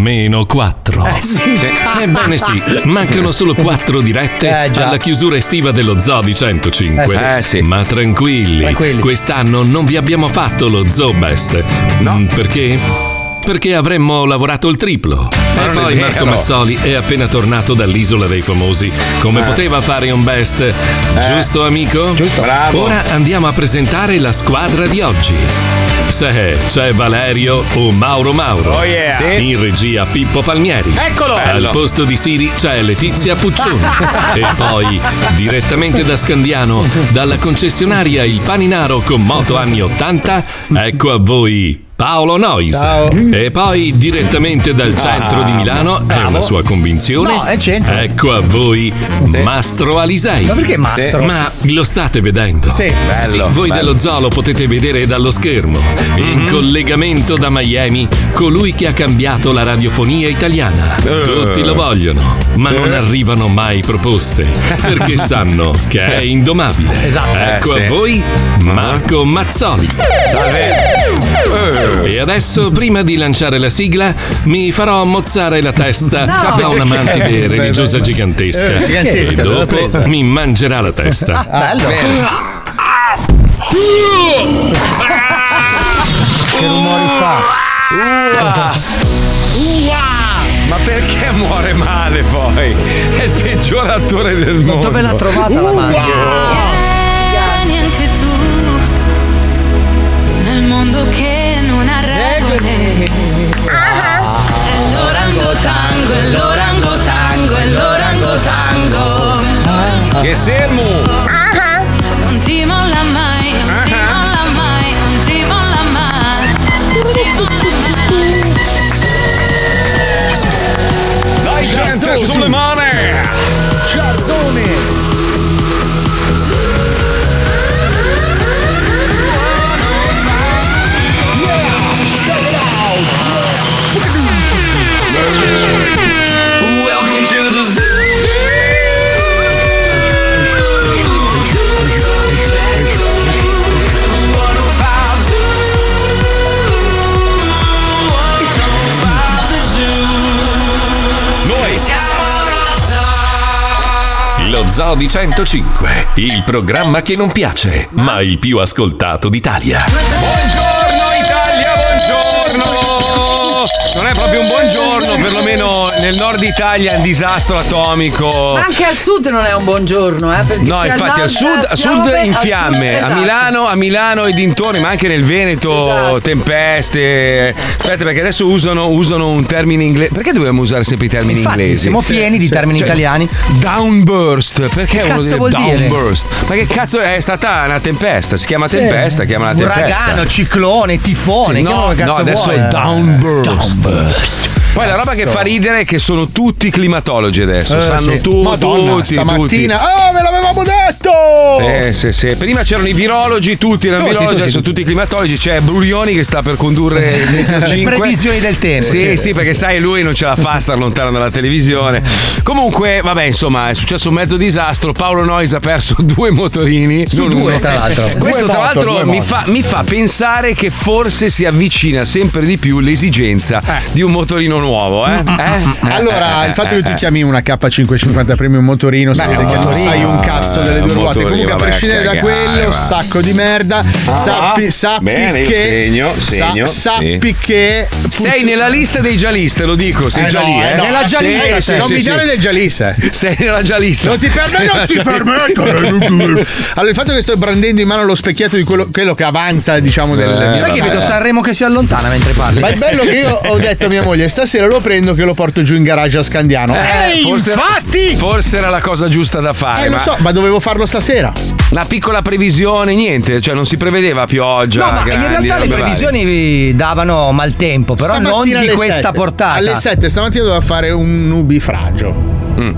meno 4. Sì. Ebbene sì, mancano solo 4 dirette alla chiusura estiva dello Zoo di 105. Sì. Ma tranquilli, quest'anno non vi abbiamo fatto lo Zoo Best. No. Perché? Perché avremmo lavorato il triplo. E poi Marco Mazzoli è appena tornato dall'Isola dei Famosi. Come poteva fare un best? Giusto, amico? Giusto. Bravo. Ora andiamo a presentare la squadra di oggi. Se c'è Valerio o Mauro. Oh yeah. Sì. In regia Pippo Palmieri. Eccolo. Al posto di Siri c'è Letizia Puccioni. E poi, direttamente da Scandiano, dalla concessionaria Il Paninaro con moto anni 80, ecco a voi Paolo Nois. Ciao. E poi direttamente dal centro di Milano, è una sua convinzione. No, è centro. Ecco a voi Mastro Alisei. Ma perché Mastro? Ma lo state vedendo? Sì. Bello. Voi dello zoo lo potete vedere dallo schermo. In collegamento da Miami, colui che ha cambiato la radiofonia italiana. Tutti lo vogliono, ma non arrivano mai proposte, perché sanno che è indomabile. Esatto. Ecco a voi Marco Mazzoli. Salve. E adesso, prima di lanciare la sigla, mi farò mozzare la testa da una mantide religiosa gigantesca. Gigantesca, E l'ho dopo presa. mi mangerà la testa. Bello. Che rumori fa? Ma perché muore male poi? È il peggior attore del mondo. Dove l'ha trovata la maglia? Vieni anche tu nel mondo che non ha regole. È l'orangotango, è l'orangotango, è l'orangotango. Che sermo! Non ti molla mai, non ti molla mai, non ti molla mai, non ti molla mai. Dai gente, sulle mani! Ciazzone. Welcome to the zoo. Noi Lo Zoo di 105, il programma che non piace, ma il più ascoltato d'Italia. Buongiorno Italia, buongiorno! Non è proprio un buongiorno, perlomeno nel nord Italia è un disastro atomico. Ma anche al sud non è un buongiorno, perché No, se infatti al nord sud piove, in al fiamme, sud, esatto. a Milano e dintorni, ma anche nel Veneto, Esatto. tempeste. Aspetta, perché adesso usano un termine inglese. Perché dobbiamo usare sempre i termini Infatti, inglesi? siamo pieni di termini italiani. Downburst, perché Che uno cazzo deve vuol dire? downburst? Ma che cazzo è stata una tempesta? Si chiama tempesta, chiama la tempesta. Uragano, ciclone, tifone. No, che cazzo adesso vuoi? è downburst. Poi la roba che fa ridere è che sono tutti climatologi adesso, sanno sì. tutti. Madonna, stamattina. Ve l'avevamo detto! Sì. Prima c'erano i virologi, tutti erano virologi, adesso tutti i climatologi. C'è Bruglioni che sta per condurre il Meteo 5. Previsioni del tempo. Sì, perché sai, lui non ce la fa a star lontano dalla televisione. Comunque, vabbè, insomma, è successo un mezzo disastro. Paolo Nois ha perso 2 motorini. Su 2, tra l'altro. Questo, tra l'altro, mi fa pensare che forse si avvicina sempre di più l'esigenza di un motorino nuovo. Allora, il fatto che tu chiami una K550 Premium motorino, sapete che non sai un cazzo delle due ruote. Comunque, a prescindere da quello, sacco di merda. Sappi bene, che. segno, sappi che. Sei nella lista dei già liste, lo dico. Sei già lì, no, nella già lista, sì, non mi dare del già lista. Sei nella già lista. Non ti permetto. Allora, il fatto che sto brandendo in mano lo specchietto di quello che avanza, diciamo, del. Sai che vedo Sanremo che si allontana mentre parli. Ma è bello che io ho detto a mia moglie: stasera lo prendo che lo porto giù in garage a Scandiano. Infatti! Forse era la cosa giusta da fare. Lo so, ma dovevo farlo stasera. Una piccola previsione, niente, cioè non si prevedeva pioggia. No, ma in realtà le previsioni davano maltempo, però Stamattina non di alle questa 7. portata. Alle 7 stamattina doveva fare un nubifragio.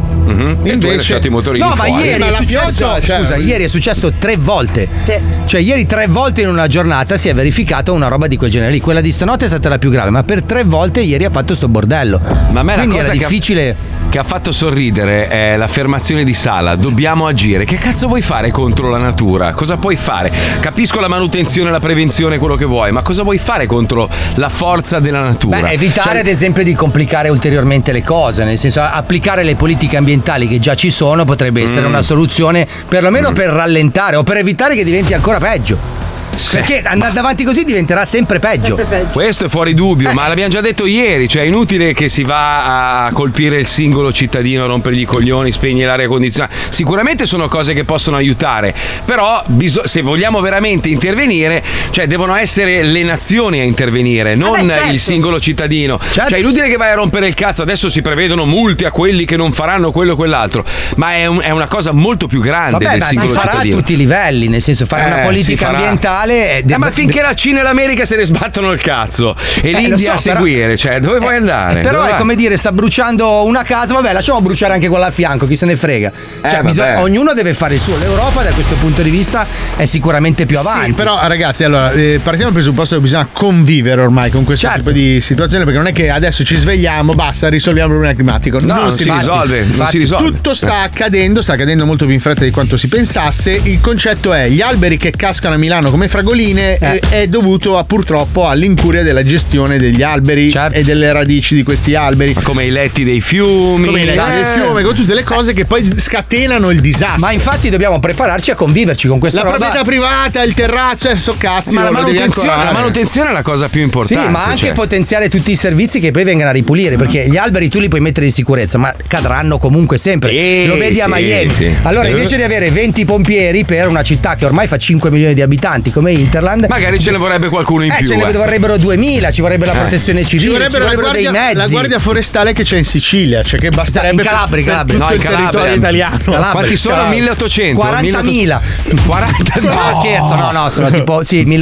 E tu hai lasciato i motorini No, ma fuori. ieri Ma è la successo. pioggia, cioè- Scusa, ieri è successo 3 volte. Cioè, ieri 3 volte in una giornata si è verificata una roba di quel genere lì. Quella di stanotte è stata la più grave, ma per 3 volte ieri ha fatto sto bordello. Ma a me Quindi la cosa era difficile. che ha fatto sorridere è l'affermazione di Sala: dobbiamo agire. Che cazzo vuoi fare contro la natura? Cosa puoi fare? Capisco la manutenzione, la prevenzione, quello che vuoi, ma cosa vuoi fare contro la forza della natura? Beh, evitare ad esempio di complicare ulteriormente le cose, nel senso applicare le politiche ambientali che già ci sono potrebbe essere una soluzione perlomeno per rallentare o per evitare che diventi ancora peggio. Perché andando avanti così diventerà sempre peggio. Questo è fuori dubbio, ma l'abbiamo già detto ieri, cioè è inutile che si va a colpire il singolo cittadino, rompergli i coglioni, spegnere l'aria condizionata. Sicuramente sono cose che possono aiutare, però se vogliamo veramente intervenire, cioè devono essere le nazioni a intervenire, non il singolo cittadino. Cioè è inutile che vai a rompere il cazzo, adesso si prevedono multe a quelli che non faranno quello o quell'altro, ma è una cosa molto più grande del singolo cittadino. Si farà a tutti i livelli, nel senso fare una politica ambientale. Ma finché la Cina e l'America se ne sbattono il cazzo e l'India a seguire, però, cioè dove vuoi andare? Però è come dire, sta bruciando una casa, vabbè, lasciamo bruciare anche quella a fianco, chi se ne frega. Cioè ognuno deve fare il suo. L'Europa da questo punto di vista è sicuramente più avanti. Sì, però ragazzi, allora partiamo dal presupposto che bisogna convivere ormai con questo tipo di situazione, perché non è che adesso ci svegliamo, basta, risolviamo il problema climatico. Non si risolve. Tutto sta accadendo molto più in fretta di quanto si pensasse. Il concetto è: gli alberi che cascano a Milano come fragoline è dovuto purtroppo all'incuria della gestione degli alberi e delle radici di questi alberi. Ma come i letti dei fiumi, con tutte le cose che poi scatenano il disastro. Ma infatti dobbiamo prepararci a conviverci con questa roba. La proprietà privata, il terrazzo, cazzi. Ma la manutenzione è la cosa più importante. Sì, ma anche potenziare tutti i servizi che poi vengano a ripulire, perché gli alberi tu li puoi mettere in sicurezza, ma cadranno comunque sempre. Lo vedi a Miami. Allora, invece di avere 20 pompieri per una città che ormai fa 5 milioni di abitanti come Interland, magari ce ne vorrebbe qualcuno in più. Ce ne vorrebbero 2000, ci vorrebbe la protezione civile, ci vorrebbero dei mezzi. La guardia forestale che c'è in Sicilia, cioè che basterebbe in Calabria. Tutto il territorio italiano. Quanti sono? 1800? 40.000. 40.000? No, scherzo, no, sono tipo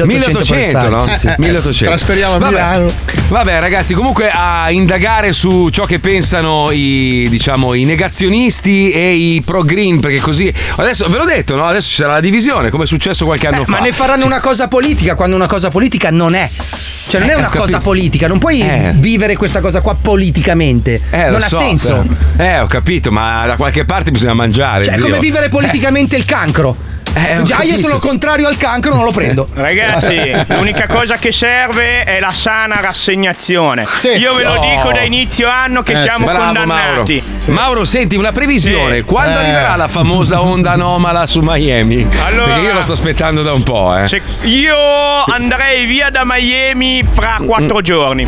1800, no? 1800. Trasferiamo a Milano. Vabbè, ragazzi, comunque a indagare su ciò che pensano i negazionisti e i pro green, perché così adesso ve l'ho detto, no? Adesso ci sarà la divisione, come è successo qualche anno fa. Ma ne faranno una cosa politica quando una cosa politica non è. Cioè non è una cosa politica, non puoi vivere questa cosa qua politicamente. Non ha senso. Ho capito, ma da qualche parte bisogna mangiare. Cioè, è come vivere politicamente il cancro. Io sono contrario al cancro, non lo prendo. Ragazzi, l'unica cosa che serve è la sana rassegnazione. Io ve lo dico da inizio anno che siamo condannati. Mauro, senti, una previsione. Quando arriverà la famosa onda anomala su Miami? Allora, perché io lo sto aspettando da un po'. Io andrei via da Miami fra 4 giorni.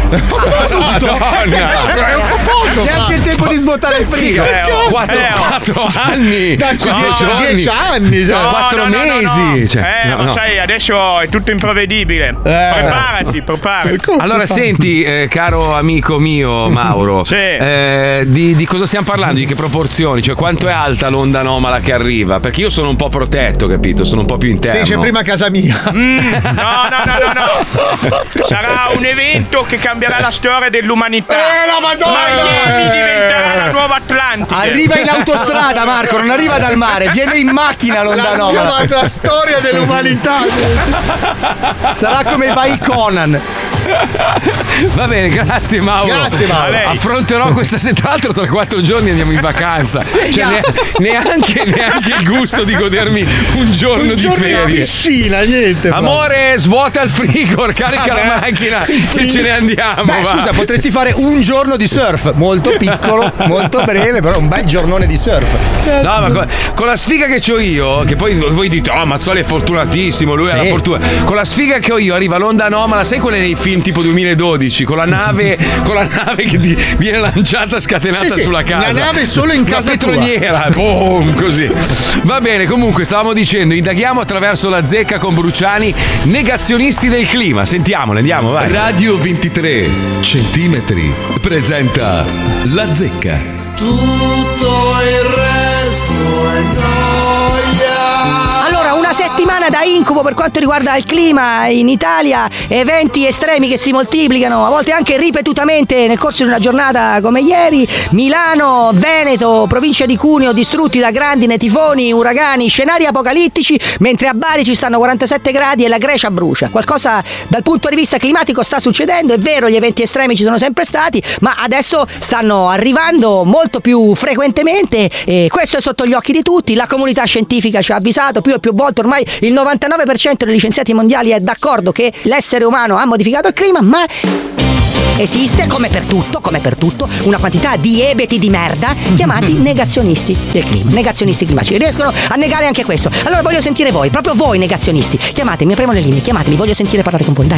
Neanche il tempo di svuotare il frigo. 4 anni. 10 anni. 4 mesi. Ma sai, adesso è tutto imprevedibile. Preparati. Allora, senti, caro amico mio Mauro, di cosa stiamo parlando? Di che proporzioni? Cioè, quanto è alta l'onda anomala che arriva? Perché io sono un po' protetto, capito? Sono un po' più interno. Sì, c'è prima casa mia. No. Sarà un evento che cambierà la storia dell'umanità. Miami diventerà la nuova Atlantide. Arriva in autostrada, Marco, non arriva dal mare, viene in macchina l'onda anomala. La storia dell'umanità. Sarà come va i Conan. Va bene, grazie Mauro. Affronterò questa sera. Tra l'altro tra 4 giorni andiamo in vacanza. Neanche il gusto di godermi un giorno di ferie. In piscina, niente. Amore, svuota il frigo, carica la macchina e ce ne andiamo. Scusa, potresti fare un giorno di surf. Molto piccolo, molto breve, però un bel giornone di surf. No, ma con la sfiga che c'ho io, che poi voi dite, Mazzoli è fortunatissimo, lui ha la fortuna. Con la sfiga che ho io arriva l'onda anomala, sai quelle nei film tipo 2012, con la nave che viene lanciata scatenata sulla casa. La nave solo in casa petroliera. Boom, così. Va bene, comunque stavamo dicendo, indaghiamo attraverso la zecca con Bruciani, negazionisti del clima. Sentiamole, andiamo, vai. Radio 23 centimetri presenta la zecca. Tutto il resto è noia. Allora, una settimana settimana da incubo per quanto riguarda il clima in Italia, eventi estremi che si moltiplicano, a volte anche ripetutamente nel corso di una giornata come ieri. Milano, Veneto, provincia di Cuneo distrutti da grandine, tifoni, uragani, scenari apocalittici, mentre a Bari ci stanno 47 gradi e la Grecia brucia. Qualcosa dal punto di vista climatico sta succedendo, è vero, gli eventi estremi ci sono sempre stati, ma adesso stanno arrivando molto più frequentemente e questo è sotto gli occhi di tutti. La comunità scientifica ci ha avvisato più e più volte, ormai il 99% dei licenziati mondiali è d'accordo che l'essere umano ha modificato il clima, ma esiste, come per tutto, una quantità di ebeti di merda chiamati negazionisti del clima, negazionisti climatici. Riescono a negare anche questo. Allora voglio sentire voi, proprio voi negazionisti. Chiamatemi, apriamo le linee, chiamatemi, voglio sentire parlare con voi, dai.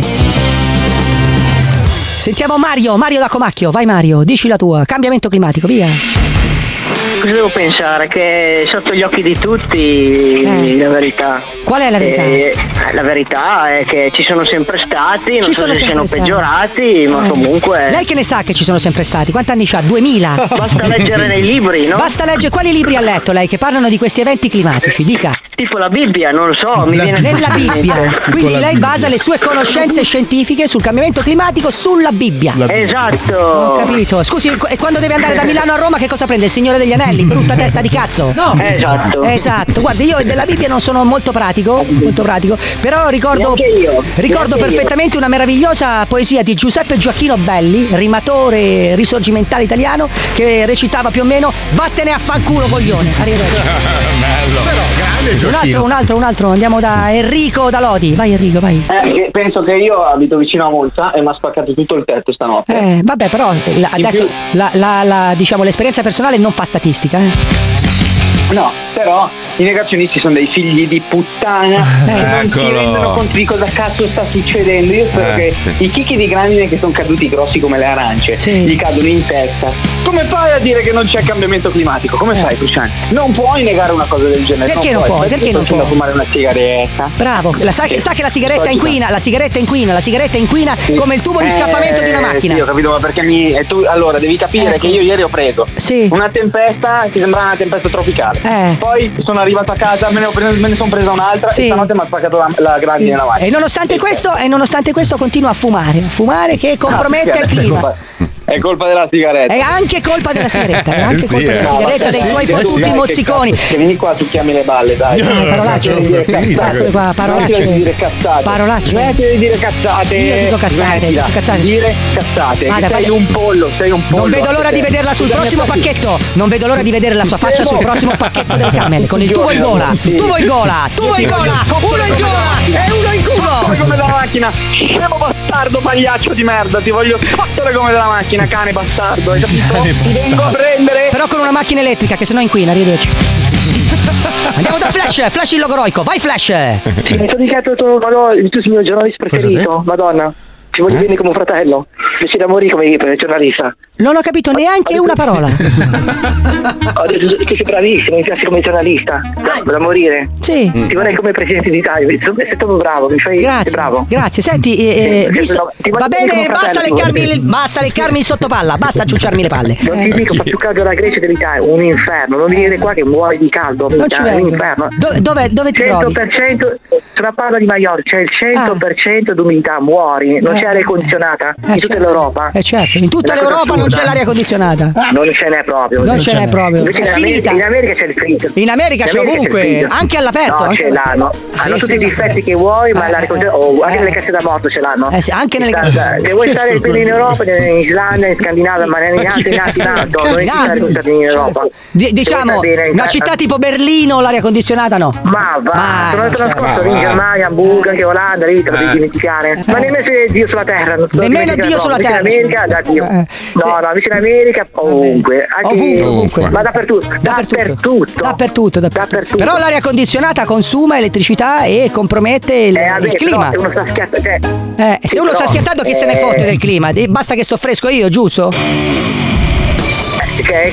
Sentiamo Mario da Comacchio. Vai Mario, dici la tua. Cambiamento climatico, via. Cosa devo pensare? Che è sotto gli occhi di tutti la verità. Qual è la verità? La verità è che ci sono sempre stati, non so se siano peggiorati, ma comunque... Lei che ne sa che ci sono sempre stati? Quanti anni c'ha? 2000? Basta leggere nei libri, no? Basta leggere. Quali libri ha letto lei che parlano di questi eventi climatici? Dica. Tipo la Bibbia, non lo so, mi viene... Nella Bibbia. Quindi lei basa le sue conoscenze scientifiche sul cambiamento climatico sulla Bibbia. Esatto. Ho capito. Scusi, e quando deve andare da Milano a Roma che cosa prende? Il Signore degli Anelli? Brutta testa di cazzo. No. Esatto. Guarda, io della Bibbia non sono molto pratico, però ricordo perfettamente una meravigliosa poesia di Giuseppe Gioacchino Belli, rimatore risorgimentale italiano, che recitava più o meno: vattene a fanculo coglione. Arrivederci. Bello. Però grande Gioacchino. Un altro, andiamo da Enrico da Lodi. Vai Enrico, vai. Penso che io abito vicino a Monza e mi ha spaccato tutto il tetto stanotte. Vabbè, però adesso diciamo l'esperienza personale non fa statistica, No, però i negazionisti sono dei figli di puttana che non si rendono conto di cosa cazzo sta succedendo. Io spero che i chicchi di grandine che sono caduti grossi come le arance gli cadono in testa. Come fai a dire che non c'è cambiamento climatico? Come fai, Cruciani? Non puoi negare una cosa del genere. Perché non puoi? Perché non puoi? Fumare una sigaretta. Bravo. Sa che la sigaretta inquina, la sigaretta inquina come il tubo di scappamento di una macchina. Sì, ho capito, ma perché tu allora devi capire che io ieri ho preso una tempesta che sembrava una tempesta tropicale. Poi sono arrivato a casa, me ne sono presa un'altra e stanotte mi ha spaccato la grandine nella macchina. E nonostante questo continua a fumare che compromette il clima. È colpa della sigaretta. È anche colpa della sigaretta. È anche colpa della sigaretta, dei suoi fottuti mozziconi. Che vieni qua, succhiami le balle, dai. Parolacce. Parolacce. Smetti di dire cazzate. Io dico cazzate. Dire cazzate. Sei un pollo. Non vedo l'ora di vederla sul prossimo pacchetto. Non vedo l'ora di vedere la sua faccia sul prossimo pacchetto del camel. Con il tubo in gola. Uno in gola e uno in culo. Come della macchina. Scemo bastardo, pagliaccio di merda. Ti voglio sbattere come della macchina. Cane bastardo, hai capito? Ti vengo a prendere. Però con una macchina elettrica che sennò inquina, arrivederci. Andiamo da Flash il logoroico, vai Flash. Mi sono dedicato il tuo signor giornalista preferito, Madonna. Ci voglio bene come un fratello. Invece da morire come giornalista. Non ho capito neanche una parola. Ho detto che sei bravissimo, mi piace come giornalista. Da morire. Sì. Ti vorrei come presidente d'Italia. Sei stato bravo, mi fai bravo. Grazie. Senti, va bene, basta leccarmi il sottopalla, basta ciucciarmi le palle. Non ti dico, fa più caldo la Grecia dell'Italia, un inferno. Non venire qua che muori di caldo. Non ci vengo. Un inferno. Dove ti trovi? 100%, sulla parla di Maiorca, c'è il 100% d'umidità, muori. Non c'è aria condizionata in tutta l'Europa. Certo, in tutta l'Europa non c'è l'aria condizionata. Non ce n'è proprio. È finita. In America c'è il fritto. In America c'è ovunque, anche all'aperto. No, ce l'hanno. Hanno tutti i difetti che vuoi, ma l'aria condizionata, anche nelle casse da morto ce l'hanno. Anche nelle casse. Se vuoi stare bene in Europa, in Islanda, in Scandinavia, ma in alto, non esiste in Europa. Diciamo, una città tipo Berlino, l'aria condizionata no. Ma va, sono andato l'anno scorso in Germania, Hamburgo, anche Olanda, lì te lo devi dimenticare. Ma nemmeno c'è Dio sulla terra. Nemmeno Dio sulla terra. In America da Dio. No, invece in America ovunque. Ovunque. Ma dappertutto. Però l'aria condizionata consuma elettricità e compromette il clima. Se uno sta schiattando, se uno sta schiattando, chi se ne fotte del clima? Basta che sto fresco io, giusto? Cioè,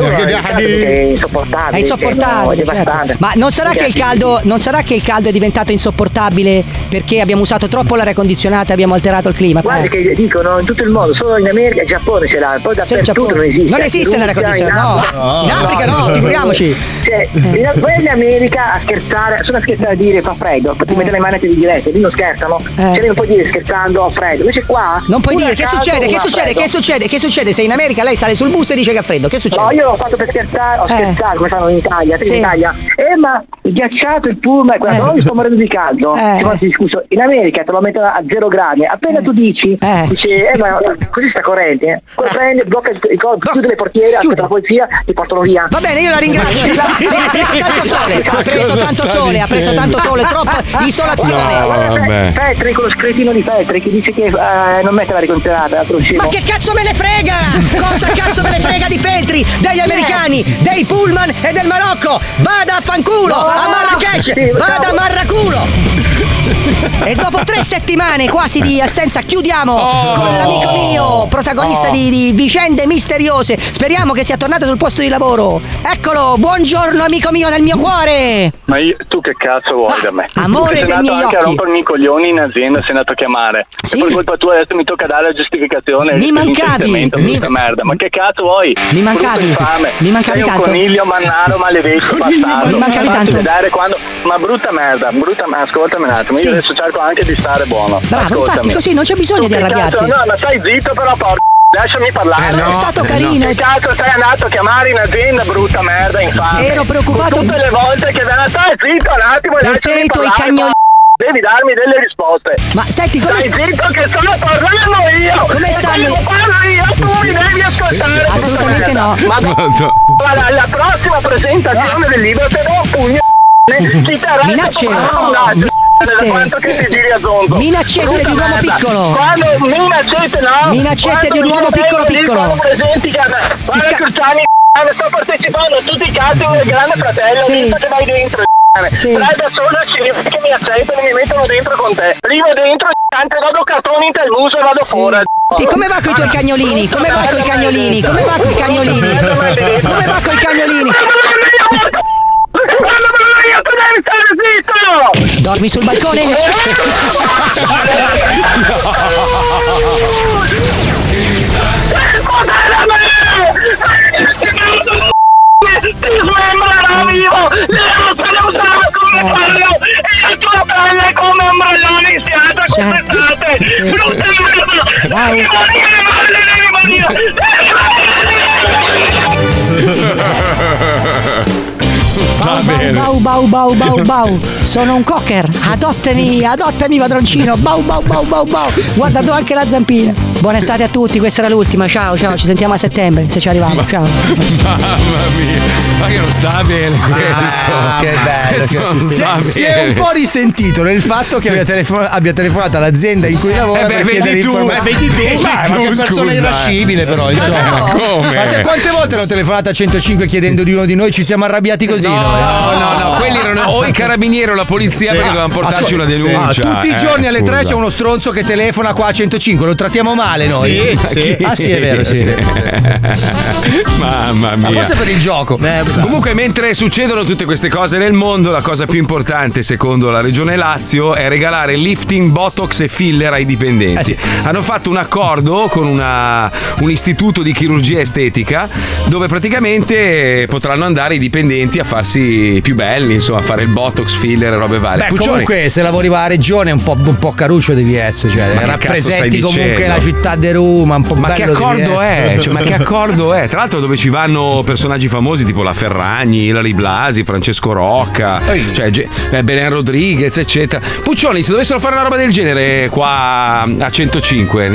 è insopportabile. È insopportabile, cioè, certo. Ma non sarà che il caldo è diventato insopportabile perché abbiamo usato troppo l'aria condizionata e abbiamo alterato il clima? Guarda che dicono in tutto il mondo, solo in America e Giappone ce l'ha, poi dappertutto non esiste. Non esiste l'aria condizionata, no. In Africa no, figuriamoci. Cioè, vai in America a scherzare, solo a scherzare a dire fa freddo, poi ti mettono le manette di dirette, lì non scherzano. Cioè non puoi dire scherzando a freddo, invece qua non puoi dire che succede se in America lei sale sul bus e dice che ha freddo, che succede? No, io ho fatto per scherzare, ho scherzato come fanno in Italia, in Italia. Ma ghiacciato il pullman, no, io sto morendo di caldo. Scusa, in America te lo mettono a 0 gradi, appena tu dici ma così sta corrente, prende, blocca chiude le portiere, aspetta la polizia, ti portano via. Va bene, io la ringrazio. Ha preso tanto sole, troppa isolazione. Petri, quello scretino di Petri che dice che non mette l'aria condizionata. Ma che cazzo me ne frega? Cosa cazzo me ne frega di Feltri, degli americani, dei pullman e del Marocco? Vada a fanculo, a Marrakesh, vada a Marraculo. E dopo 3 settimane quasi di assenza chiudiamo con l'amico mio, protagonista di vicende misteriose. Speriamo che sia tornato sul posto di lavoro. Eccolo, buongiorno amico mio del mio cuore. Ma tu che cazzo vuoi da me? Amore dei miei occhi. Sei andato anche a rompermi i coglioni in azienda, sei andato a chiamare. Sì. E per colpa tua adesso mi tocca dare la giustificazione. Mi mancavi. Merda. Ma che cazzo vuoi? Mi mancavi. Mi mancavi sei tanto. Un coniglio mannaro maledetto bastardo. Mi mancavi tanto. Vedere quando... Ma brutta merda, ascoltami un attimo. Io adesso cerco anche di stare buono. Bravo, infatti così non c'è bisogno di arrabbiarsi. No, ma stai zitto però, lasciami parlare. Sono stato carino. Che cazzo sei andato a chiamare in azienda, brutta merda, infame? Ero preoccupato. Tutte le volte che stai zitto un attimo e lasciami parlare. Devi darmi delle risposte. Ma senti, come stai zitto che sto parlando io. Come stanno? Parlo io, tu mi devi ascoltare. Assolutamente no. Ma alla prossima presentazione del libro te do un pugno. Chi terrà minacce. Quanto che ti giri a zonzo. Minaccette di un uomo piccolo. Quando minaccette no. Minaccette di un uomo piccolo. Presenti che Cruciani sto partecipando a tutti i cazzi del Grande Fratello, visto che vai dentro. Dai da solo che mi accettano e mi mettono dentro con te. Prima dentro tante vado cartoni in il muso e vado fuori. Come va con i tuoi cagnolini? Come va con i cagnolini? Come va con i cagnolini? Come va con i cagnolini? Tu devi stare zitto! Dormi sul balcone? Ti smembrerà vivo! Le altre le usava come quello! E la tua pelle come un brellone iniziata quest'estate! Brutta merda! Devi morire! Bau. Sono un cocker. Adottami, padroncino. Bau. Guarda tu anche la zampina. Buona estate a tutti, questa era l'ultima. Ciao, ci sentiamo a settembre se ci arriviamo. Ciao. Mamma mia, ma che non sta bene questo. Che bello. Si è un po' risentito nel fatto che abbia telefonato all'azienda in cui lavora per chiedere informazioni. Vedi tu, ma che persona irascibile però, insomma. Ma come? Ma quante volte hanno telefonato a 105 chiedendo di uno di noi, ci siamo arrabbiati così? No, quelli erano o i carabinieri o la polizia perché dovevano portarci una denuncia. Tutti i giorni alle 3 c'è uno stronzo che telefona qua a 105, lo trattiamo male noi. Sì. Ah sì, è vero, sì. Mamma mia. Ma forse per il gioco. Comunque mentre succedono tutte queste cose nel mondo, la cosa più importante secondo la regione Lazio è regalare lifting, botox e filler ai dipendenti. Hanno fatto un accordo con un istituto di chirurgia estetica dove praticamente potranno andare i dipendenti a farsi più belli, insomma, a fare il botox, filler e robe varie. Comunque se lavori per la regione un po' caruccio devi essere, cioè rappresenti comunque la città di Roma, un po' ma bello. Che accordo è? Ma che accordo è? Tra l'altro dove ci vanno personaggi famosi tipo la Ferragni, Ilari Blasi, Francesco Rocca, cioè Belen Rodriguez, eccetera. Puccioni, se dovessero fare una roba del genere qua a 105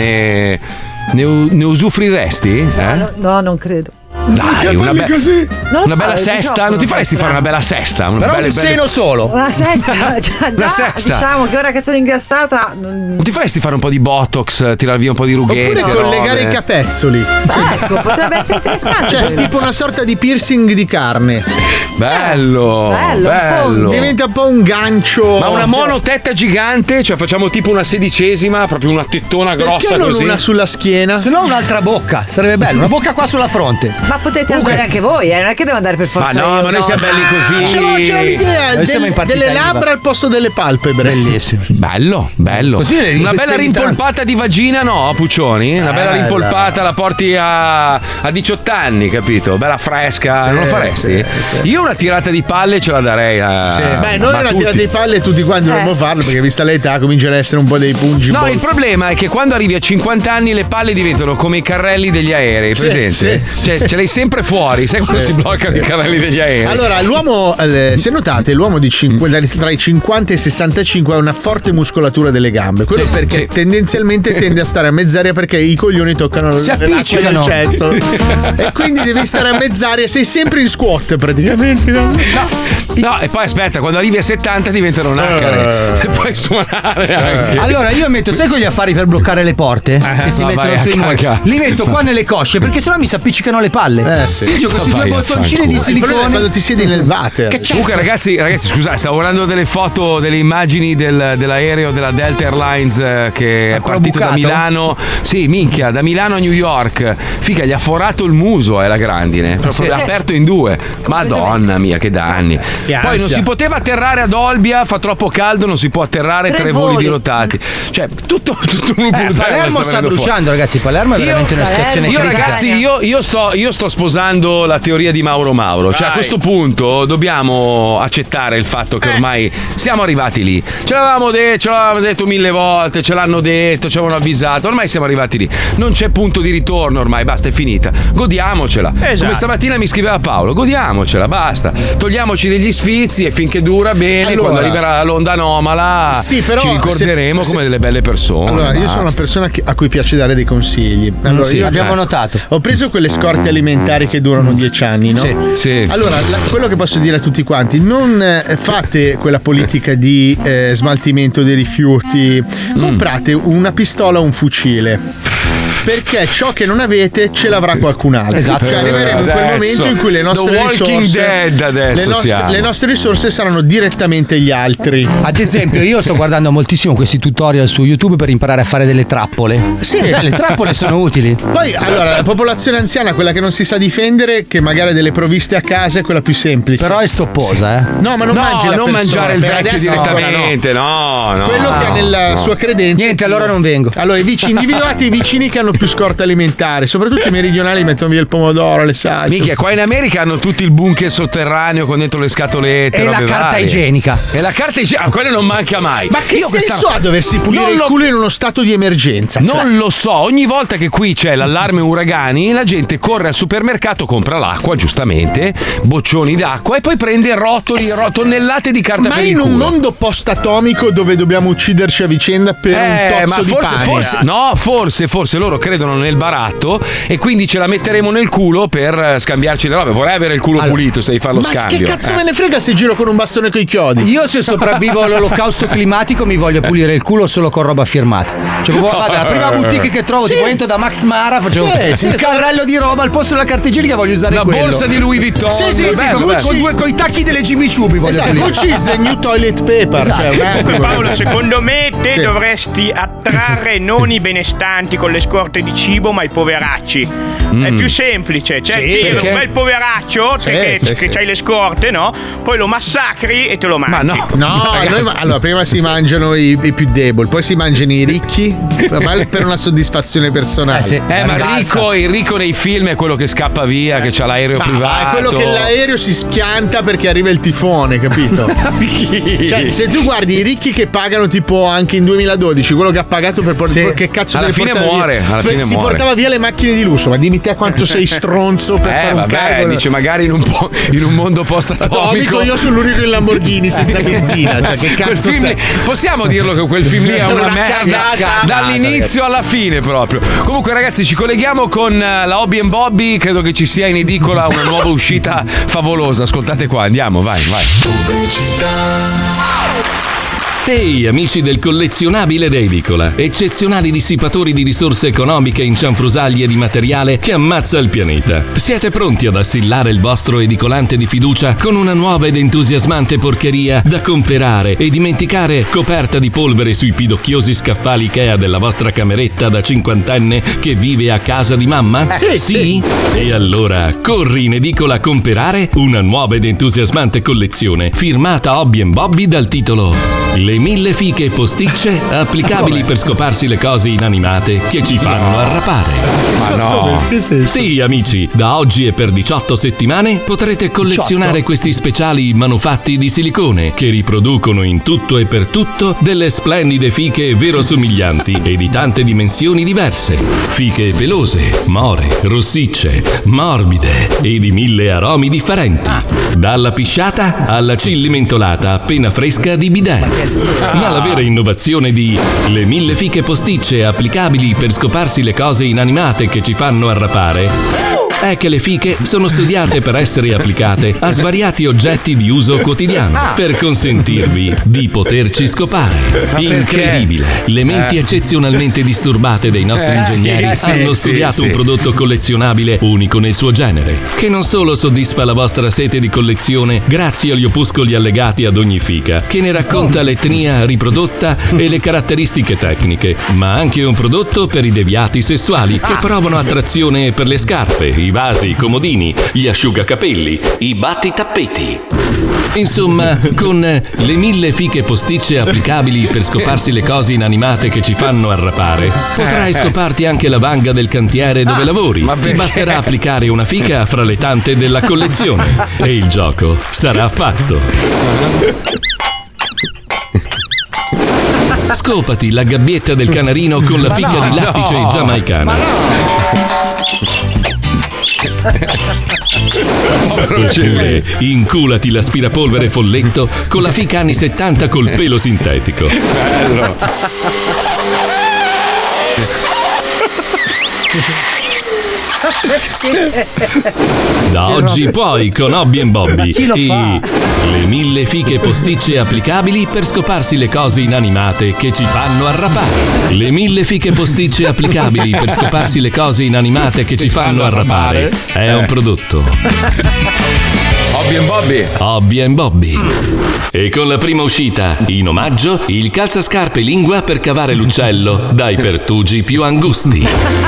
ne usufruiresti? No, non credo. Dai, una bella sesta, diciamo, non ti faresti fare una bella sesta? Però un seno solo. Una sesta, una sesta. Diciamo che ora che sono ingrassata non ti faresti fare un po' di botox, tirar via un po' di rughette? Oppure collegare i capezzoli. Ecco, potrebbe essere interessante. Cioè, tipo una sorta di piercing di carne. Bello. Diventa un po' un gancio. Ma una monotetta gigante, cioè facciamo tipo una 16ª, proprio una tettona grossa. Perché non così. Una sulla schiena? Se no un'altra bocca, sarebbe bello, una bocca qua sulla fronte. Ma potete andare anche voi, non è che devo andare per forza. Ma no, io, ma noi siamo belli così. C'ho l'idea delle labbra al posto delle palpebre. Bellissimo. Bello. Così una bella rimpolpata di vagina, no, Puccioni? Una bella rimpolpata la porti a 18 anni, capito? Bella fresca, non lo faresti? Sì. Io una tirata di palle ce la darei. Beh, noi una tirata di palle tutti quanti dovremmo farlo, perché vista l'età cominciano ad essere un po' dei pungi. No, il problema è che quando arrivi a 50 anni le palle diventano come i carrelli degli aerei, presente? Cioè, ce l'hai sempre fuori, sai quando si bloccano i carrelli degli aerei? Allora, l'uomo, se notate, l'uomo tra i 50 e i 65 ha una forte muscolatura delle gambe. Quello perché tendenzialmente tende a stare a mezz'aria perché i coglioni toccano si l'acqua del cesso. E quindi devi stare a mezz'aria, sei sempre in squat praticamente. No, e poi aspetta, quando arrivi a 70 diventano nacare e puoi suonare anche. Allora io metto, sai quegli affari per bloccare le porte? Che si mettono sui muri? Li metto qua nelle cosce perché sennò mi si appiccicano le palle. Io ho questi due bottoncini di silicone quando ti siedi nel water. Comunque ragazzi, scusate, stavo guardando delle foto, delle immagini dell'aereo della Delta Airlines che è partito da Milano. Sì, minchia, da Milano a New York. Figa, gli ha forato il muso, la grandine. Proprio aperto in due. Madonna mia, che danni. Poi non si poteva atterrare ad Olbia, fa troppo caldo, non si può atterrare, 3 voli dirottati. Cioè, tutto un Palermo sta bruciando, ragazzi. Palermo è veramente una situazione critica. Ragazzi, io sto sposando la teoria di Mauro. Cioè, a questo punto dobbiamo accettare il fatto che ormai siamo arrivati lì. Ce l'avevamo detto 1000 volte, ce l'hanno detto, ci avevano avvisato. Ormai siamo arrivati lì. Non c'è punto di ritorno ormai, basta, è finita. Godiamocela. Come stamattina mi scriveva Paolo, godiamocela, basta. Togliamoci degli sfizi e finché dura bene, quando arriverà l'onda anomala ci ricorderemo come delle belle persone. Allora, io sono una persona a cui piace dare dei consigli. Allora, io abbiamo notato. Ho preso quelle scorte alimentari che durano 10 anni, no? Sì. Allora, quello che posso dire a tutti quanti, non fate quella politica di smaltimento dei rifiuti, comprate una pistola o un fucile. Perché ciò che non avete ce l'avrà qualcun altro. Esatto. Cioè arriveremo in quel momento in cui le nostre le nostre risorse saranno direttamente gli altri. Ad esempio, io sto guardando moltissimo questi tutorial su YouTube per imparare a fare delle trappole. Sì, le trappole sono utili. Poi, allora, la popolazione anziana, quella che non si sa difendere, che magari ha delle provviste a casa, è quella più semplice. Però è stopposa, eh? No, ma non mangi la non persona, mangiare il vecchio adesso direttamente, no. Quello che ha nella sua credenza. Niente, allora non vengo. Allora, individuate i vicini che hanno più scorta alimentare, soprattutto i meridionali mettono via il pomodoro, le salse. Minchia, qua in America hanno tutti il bunker sotterraneo con dentro le scatolette e la carta igienica. E la carta igienica, quello non manca mai. Ma che senso ha doversi pulire il culo in uno stato di emergenza? Non lo so, ogni volta che qui c'è l'allarme uragani, la gente corre al supermercato, compra l'acqua, giustamente, boccioni d'acqua e poi prende tonnellate di carta per il culo. Ma in un mondo post-atomico dove dobbiamo ucciderci a vicenda per un tozzo di pane. Forse loro credono nel baratto e quindi ce la metteremo nel culo per scambiarci le robe. Vorrei avere il culo pulito se devi fare lo scambio. Ma che cazzo me ne frega se giro con un bastone coi chiodi? Io se sopravvivo all'olocausto climatico mi voglio pulire il culo solo con roba firmata. Cioè, vado alla prima boutique che trovo, tipo entro da Max Mara, faccio un carrello di roba al posto della carta igienica, voglio usare la quello. borsa di Louis Vuitton. Con i tacchi delle Jimmy Choo mi voglio pulire. Gucci is the new toilet paper. Paolo, secondo me te dovresti attrarre non i benestanti con le scorte di cibo, ma i poveracci. È più semplice, cioè un bel poveraccio che c'hai le scorte, no? Poi lo massacri e te lo mangi. Allora prima si mangiano i più deboli, poi si mangiano i ricchi per una soddisfazione personale. Ma il ricco nei film è quello che scappa via, che c'ha l'aereo privato. È quello che l'aereo si schianta perché arriva il tifone, capito? Cioè, se tu guardi i ricchi che pagano tipo anche in 2012, quello che ha pagato per portare che cazzo alla fine muore, si portava via le macchine di lusso, ma dimmi te quanto sei stronzo per fare un cargo. Dice magari in un mondo post-atomico. Io sono l'unico in Lamborghini senza benzina, cioè che cazzo sei? Possiamo dirlo che quel film lì è una merda dall'inizio alla fine proprio. Comunque ragazzi, ci colleghiamo con la Hobby & Bobby, credo che ci sia in edicola una nuova uscita favolosa. Ascoltate qua, andiamo, vai. Ehi amici del collezionabile d'Edicola, eccezionali dissipatori di risorse economiche in cianfrusaglie di materiale che ammazza il pianeta. Siete pronti ad assillare il vostro edicolante di fiducia con una nuova ed entusiasmante porcheria da comperare e dimenticare coperta di polvere sui pidocchiosi scaffali Ikea della vostra cameretta da cinquantenne che vive a casa di mamma? Sì? E allora corri in edicola a comperare una nuova ed entusiasmante collezione firmata Hobby & Bobby dal titolo Le 1000 fiche posticce applicabili per scoparsi le cose inanimate che ci fanno arrapare. Ma no! Sì, amici, da oggi e per 18 settimane potrete collezionare questi speciali manufatti di silicone che riproducono in tutto e per tutto delle splendide fiche verosomiglianti e di tante dimensioni diverse. Fiche pelose, more, rossicce, morbide e di 1000 aromi differenti. Dalla pisciata alla cillimentolata appena fresca di bidet. Ma la vera innovazione di Le 1000 fiche posticce applicabili per scoparsi le cose inanimate che ci fanno arrapare è che le fiche sono studiate per essere applicate a svariati oggetti di uso quotidiano per consentirvi di poterci scopare. Incredibile! Le menti eccezionalmente disturbate dei nostri ingegneri hanno studiato un prodotto collezionabile unico nel suo genere, che non solo soddisfa la vostra sete di collezione grazie agli opuscoli allegati ad ogni fica, che ne racconta l'etnia riprodotta e le caratteristiche tecniche, ma anche un prodotto per i deviati sessuali che provano attrazione per le scarpe, i vasi, i comodini, gli asciugacapelli, i battitappeti. Insomma, con le 1000 fiche posticce applicabili per scoparsi le cose inanimate che ci fanno arrapare, potrai scoparti anche la vanga del cantiere dove lavori. Ti basterà applicare una fica fra le tante della collezione e il gioco sarà fatto. Scopati la gabbietta del canarino con la fica di lattice giamaicana. Oppure inculati l'aspirapolvere folletto con la fica anni 70 col pelo sintetico. Bello. Da oggi puoi con Hobby & Bobby e le 1000 fiche posticce applicabili per scoparsi le cose inanimate che ci fanno arrapare. Le 1000 fiche posticce applicabili per scoparsi le cose inanimate che ci fanno arrapare è un prodotto Hobby & Bobby. Hobby & Bobby. E con la prima uscita, in omaggio, il calzascarpe lingua per cavare l'uccello dai pertugi più angusti.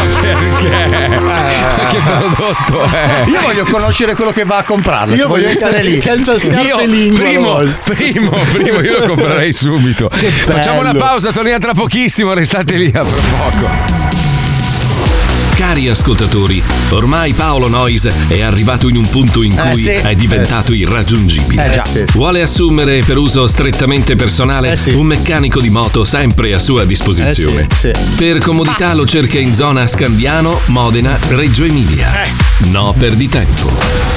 Che prodotto è? Io voglio conoscere quello che va a comprarlo. Io voglio essere lì. Calzascarpe lingua. Primo, io lo comprerei subito. Facciamo una pausa, torniamo tra pochissimo, restate lì a fra poco. Cari ascoltatori, ormai Paolo Noyes è arrivato in un punto in cui è diventato irraggiungibile. Vuole assumere per uso strettamente personale un meccanico di moto sempre a sua disposizione. Per comodità lo cerca in zona Scandiano, Modena, Reggio Emilia. No perdi tempo.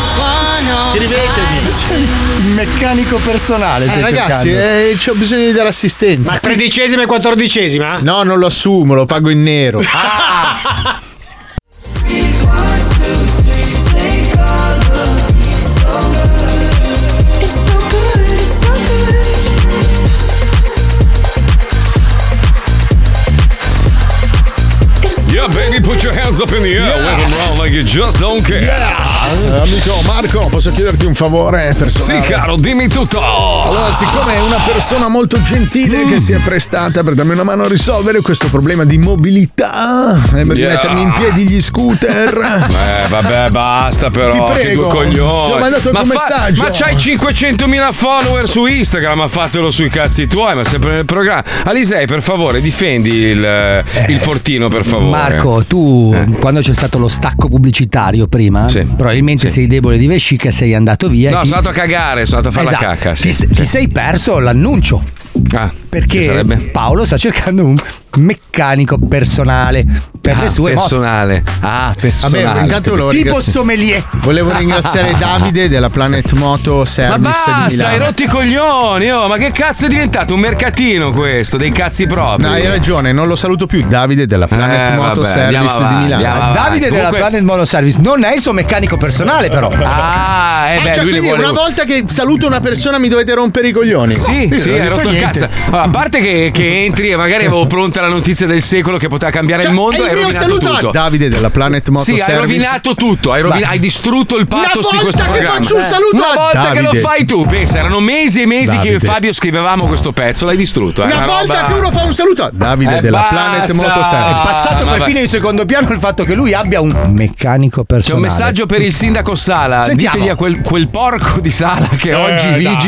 Scrivetemi. Meccanico personale. Ragazzi, c'ho bisogno di dare assistenza. Ma 13ª e 14ª? No, non lo assumo, lo pago in nero. Yeah, baby, put your hands up in the air. Let them round like you just don't care. Amico Marco, posso chiederti un favore personale? Sì, caro, dimmi tutto. Allora, siccome è una persona molto gentile che si è prestata per darmi una mano a risolvere questo problema di mobilità e per mettermi in piedi gli scooter. Vabbè, basta però. Ti prego. Che due coglioni. Ti ho mandato il tuo messaggio. Ma c'hai 500.000 follower su Instagram, ma fatelo sui cazzi tuoi, ma sempre nel programma. Alisei, per favore, difendi il fortino, per favore. Marco, tu quando c'è stato lo stacco pubblicitario prima, probabilmente sei debole di vescica, sei andato via. No, sono andato a cagare, sono andato a fare la cacca. Ti sei perso l'annuncio. Perché Paolo sta cercando un meccanico personale per le sue personale. Personale. Vabbè, intanto tipo sommelier. Volevo ringraziare Davide della Planet Moto Service ma basta, di Milano. hai rotto i coglioni, ma che cazzo è diventato? Un mercatino questo, dei cazzi propri. No, hai ragione, non lo saluto più. Davide della Planet Moto Service di Milano. Davide della Planet Monoservice non è il suo meccanico personale, però. Cioè, lui quindi una volta che saluto una persona mi dovete rompere i coglioni. Sì, hai rotto il cazzo. Allora, a parte che entri e magari avevo pronta la notizia del secolo che poteva cambiare il mondo, hai rovinato tutto. A Davide della Planet Motoservice. Sì, hai rovinato tutto, hai distrutto il pathos di questo programma. Una volta che faccio un saluto una volta che lo fai tu, pensa, erano mesi e mesi che io e Fabio scrivevamo questo pezzo, l'hai distrutto. Una volta che uno fa un saluto a Davide della Planet Motoservice. È passato perfino in secondo piano il fatto che lui abbia un meccanico personale. C'è un messaggio per il sindaco Sala. Sentiamo. Ditegli a quel porco di Sala che oggi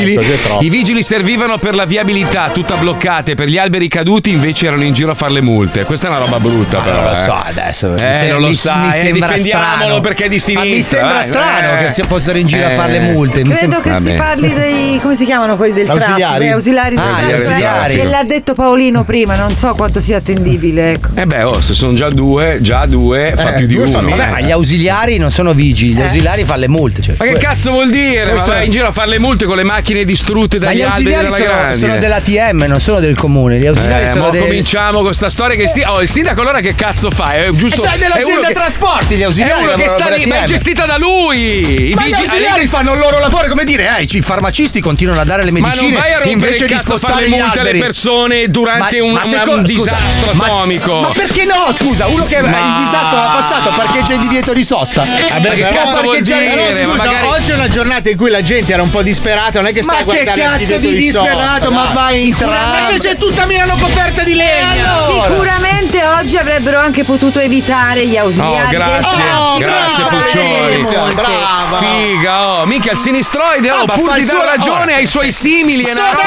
i vigili servivano per la viabilità tutta bloccata e per gli alberi caduti invece erano in giro a fare le multe. Questa è una roba brutta, però. Non lo so adesso. Non lo sai. Mi sembra difendiamolo strano. perché è di sinistra. Ma mi sembra strano che si fossero in giro a fare le multe. Credo che si parli dei, come si chiamano quelli del ausiliari. Ausiliari del traffico. ausiliari. Che l'ha detto Paolino prima, non so quanto sia attendibile. Ecco. Se sono già due fa più di uno. Vabbè, ma gli ausiliari non sono vigili, gli ausiliari fanno le multe. Cioè. Ma che cazzo vuol dire? Ma vai in giro a fare le multe con le macchine distrutte dagli alberi della grande. Sono dell'ATM, non sono del comune. Gli ausiliari sono cominciamo con sta storia che il sindaco allora che cazzo fa? È giusto. Cioè dell'azienda trasporti, gli ausiliari. È uno che sta lì, ma è gestita da lui. Ma gli ausiliari fanno il loro lavoro, come dire, i farmacisti continuano a dare le medicine ma non vai a invece di spostare le multe alle persone durante un disastro atomico. Ma perché no? Scusa, uno che il disastro l'ha passato parcheggia in divieto di sosta. Che cazzo vuol dire? Scusa, oggi è una giornata in cui la gente era un po' disperata, non è che sta a guardare il cazzo di disperato, ma vai in Trump. Ma se c'è tutta Milano coperta di legna. Sicuramente oggi avrebbero anche potuto evitare gli ausiliari. Grazie Puccioni. Brava. Figa, mica il sinistroide, pur di dare ragione ai suoi simili.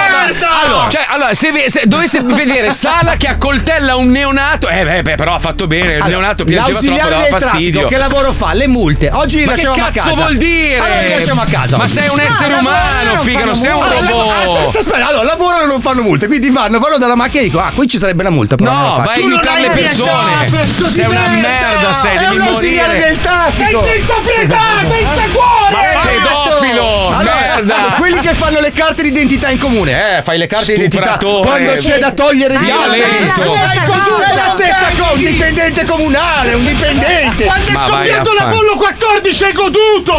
Allora, se dovesse vedere Sala che accoltella un neonato, però ha fatto bene, il neonato piangeva troppo, dava fastidio. Che lavoro fa? Le multe. Oggi li lasciamo a casa. Ma che cazzo vuol dire? Allora li lasciamo a casa. Ma sei un essere umano, figa, non sei un robot. Aspetta, allora lavorano e non fanno multe, quindi vanno dalla macchina e dico, qui ci sarebbe una multa, però no, vai a aiutare le persone. Sei una merda, devi morire. Del traffico. Sei senza pietà, senza cuore. Ma pedofilo, merda. Quelli che fanno le carte d'identità in comune, fai le carte d'identità quando c'è da togliere violento. È la stessa cosa, un dipendente comunale, un dipendente. Quando è scoppiato l'Apollo 14 hai goduto.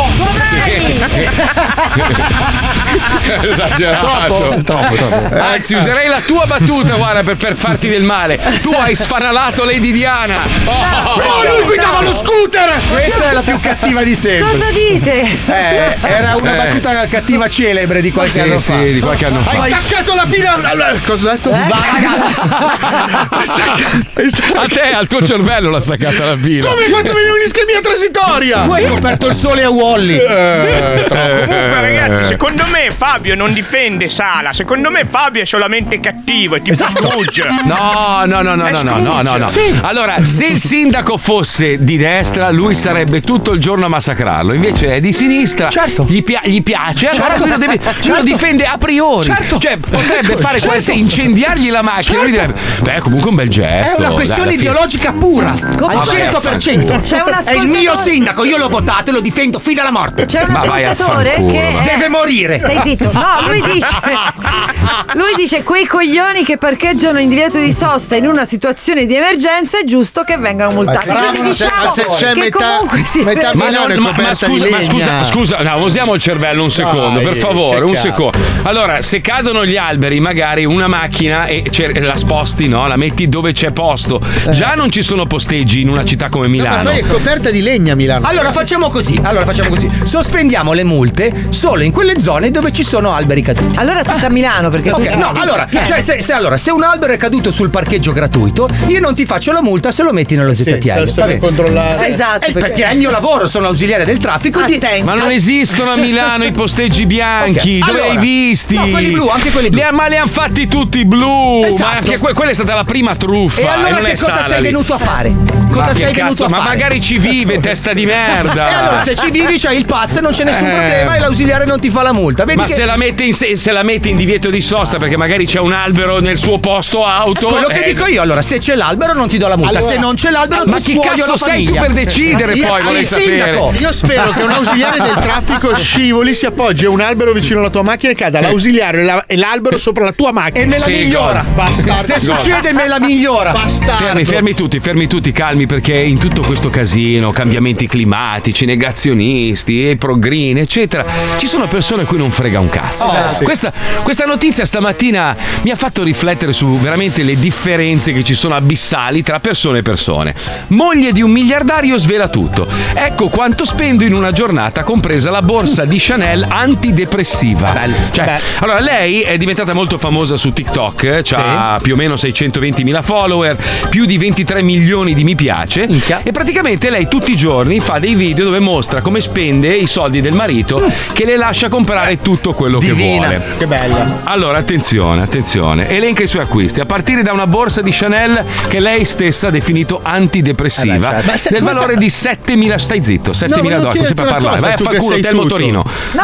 Esagerato. Troppo. Anzi, userei la tua battuta, guarda, per farti del male. Tu hai sfanalato Lady Diana. Lui guidava lo scooter. Questa è la più cattiva di sempre. Cosa dite? Era una battuta cattiva celebre di qualche anno fa. Sì, di qualche anno fa. Hai staccato la pila. Cosa ho detto? A te, al tuo cervello l'ha staccata la pila. Come hai fatto venire un'ischemia transitoria? Tu hai coperto il sole a Wally. Comunque ragazzi, secondo me Fabio non difende Sala. Secondo me Fabio è solamente cattivo, è tipo Scrooge. No. Sì. Allora, se il sindaco fosse di destra, lui sarebbe tutto il giorno a massacrarlo. Invece è di sinistra. Certo. Gli piace. Allora lui lo difende a priori. Certo. Cioè, potrebbe fare incendiargli la macchina. Lui direbbe, comunque un bel gesto. È una questione ideologica pura. Al 100%. C'è un È il mio sindaco, io l'ho votato e lo difendo fino alla morte. C'è un ascoltatore che deve morire. Stai zitto. No, lui dice quei coglioni che parcheggiano in divieto di sosta in una situazione di emergenza è giusto che vengano multati. Quindi diciamo se c'è che comunque metà Milano è coperta di legna. Scusa, usiamo il cervello un secondo, per favore, un secondo. Allora, se cadono gli alberi, magari una macchina e la sposti, no? La metti dove c'è posto. Già non ci sono posteggi in una città come Milano. Ma poi è coperta di legna Milano. Allora facciamo così. Sospendiamo le multe solo in quelle zone dove ci sono alberi caduti. Allora tutta Milano perché se un albero è caduto sul parcheggio gratuito, io non ti faccio la multa se lo metti nello ZTL. Per controllare. Esatto, perché è il mio lavoro, sono ausiliare del traffico. Ma non esistono a Milano i posteggi bianchi. Dove hai visti? No, quelli blu, anche quelli blu. Ma li hanno fatti tutti blu. Esatto. Ma anche quella è stata la prima truffa. E allora che cosa sei venuto a fare? Ma magari ci vive, testa di merda. E allora se ci vivi c'hai il pass, non c'è nessun problema e l'ausiliare non ti fa la multa. Vedi se la mette in divieto di sosta perché magari c'è un albero nel suo posto auto. Quello che dico io, allora se c'è l'albero non ti do la multa, se non c'è l'albero ti scuoio la famiglia. Ma chi cazzo sei tu per decidere poi? vorrei sapere. Io spero che un ausiliare del traffico scivoli, si appoggi a un albero vicino alla tua macchina e cada l'ausiliare e l'albero sopra la tua macchina. E me la migliora. Bastardo. Se succede me la migliora. Bastardo. Fermi tutti, calmi, perché in tutto questo casino, cambiamenti climatici, negazionisti, pro-green, eccetera, ci sono persone a cui non frega un cazzo. Sì. Questa notizia stamattina mi ha fatto riflettere su veramente le differenze che ci sono abissali tra persone e persone. Moglie di un miliardario svela tutto. Ecco quanto spendo in una giornata, compresa la borsa di Chanel antidepressiva. Allora, lei è diventata molto famosa su TikTok, ha più o meno 620.000 follower, più di 23 milioni di mi piace. E praticamente lei tutti i giorni fa dei video dove mostra come spende i soldi del marito, che le lascia comprare tutto quello che vuole. Che bella. Allora, attenzione, elenca i suoi acquisti, a partire da una borsa di Chanel che lei stessa ha definito antidepressiva, del valore di 7.000, stai zitto, 7.000 dollari, sempre a parlare, vai a far culo te il motorino.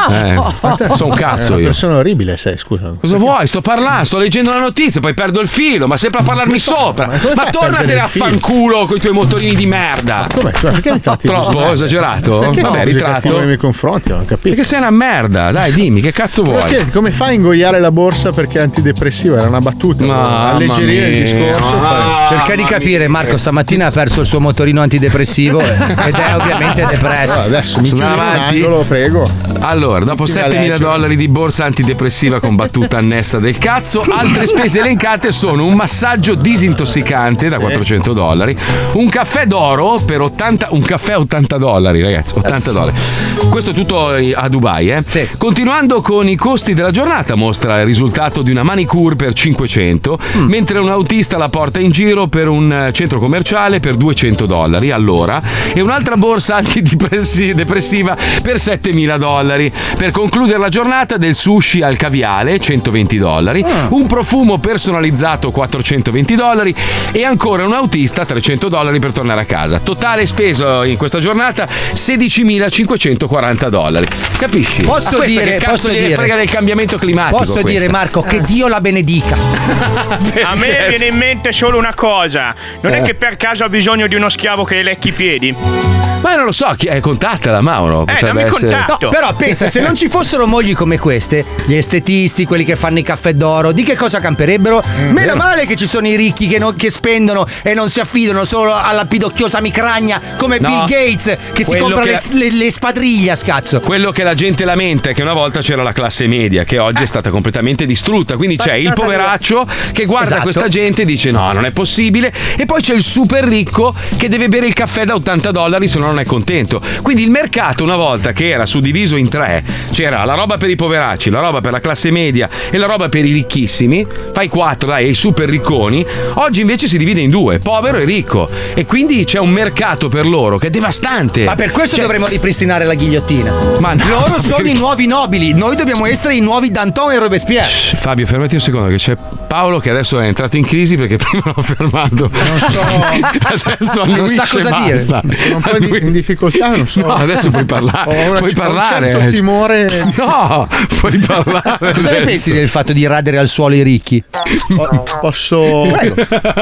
Sono un cazzo io. Una persona orribile sei, scusa. Cosa vuoi? Sto parlando, sto leggendo la notizia, poi perdo il filo, ma sempre a parlarmi sopra. Ma tornatene a fanculo con i tuoi motorini di merda. Perché troppo esagerato? Vabbè, ritratto nei miei confronti, non ho capito. Perché sei una merda, dai, dimmi, che cazzo vuoi? Perché, come fai a ingoiare la borsa perché è antidepressiva? Era una battuta, alleggerire il discorso. Cerca di capire, Marco stamattina ha perso il suo motorino antidepressivo ed è ovviamente depresso. Adesso mi chiudi un angolo, prego. Allora, dopo 7.000 dollari di borsa antidepressiva con battuta annessa del cazzo, altre spese elencate sono un massaggio disintossicante da 400 dollari, un caffè d'oro per un caffè a 80 dollari, ragazzi, 80 dollari. Questo tutto a Dubai, Sì. Continuando con i costi della giornata, mostra il risultato di una manicure per 500, mentre un autista la porta in giro per un centro commerciale per 200 dollari all'ora e un'altra borsa antidepressiva per 7.000 dollari. Per concludere la giornata, del sushi al caviale, 120 dollari, un profumo personalizzato, 420 dollari e ancora un autista, 300 dollari per tornare a casa. Totale speso in questa giornata 16.540 dollari. Capisci? Posso dire, frega del cambiamento climatico. Posso dire, Marco, che Dio la benedica. A me viene in mente solo una cosa. Non è che per caso ha bisogno di uno schiavo che le lecchi i piedi? Ma non lo so, contattala, Mauro. Dammi contatto. No, però pensa, se non ci fossero mogli come queste, gli estetisti, quelli che fanno i caffè d'oro, di che cosa camperebbero? Meno male che ci sono i ricchi che spendono e non si affidano solo alla pidocchiosa micragna come Bill Gates che si compra le spadriglia, scazzo. Quello che la gente lamenta è che una volta c'era la classe media che oggi è stata completamente distrutta, quindi c'è il poveraccio che guarda questa gente e dice no, non è possibile, e poi c'è il super ricco che deve bere il caffè da 80 dollari se no non è contento. Quindi il mercato, una volta che era suddiviso in tre, c'era la roba per i poveracci, la roba per la classe media e la roba per i ricchissimi, fai 4 dai, i super ricconi. Oggi invece si divide in due, povero e ricco, e quindi c'è un mercato per loro che è devastante. Ma per questo dovremmo ripristinare la ghigliottina. Ma no, loro sono i nuovi nobili, noi dobbiamo essere i nuovi Danton e Robespierre. Fabio, fermati un secondo che c'è Paolo che adesso è entrato in crisi perché prima l'ho fermato. Non so. Adesso non sa cosa dire. Sono un po' in difficoltà, non so. No, adesso puoi parlare. Puoi parlare. Ho un certo timore. No, puoi parlare. Cosa ne pensi del fatto di radere al suolo i ricchi? Posso. Prego.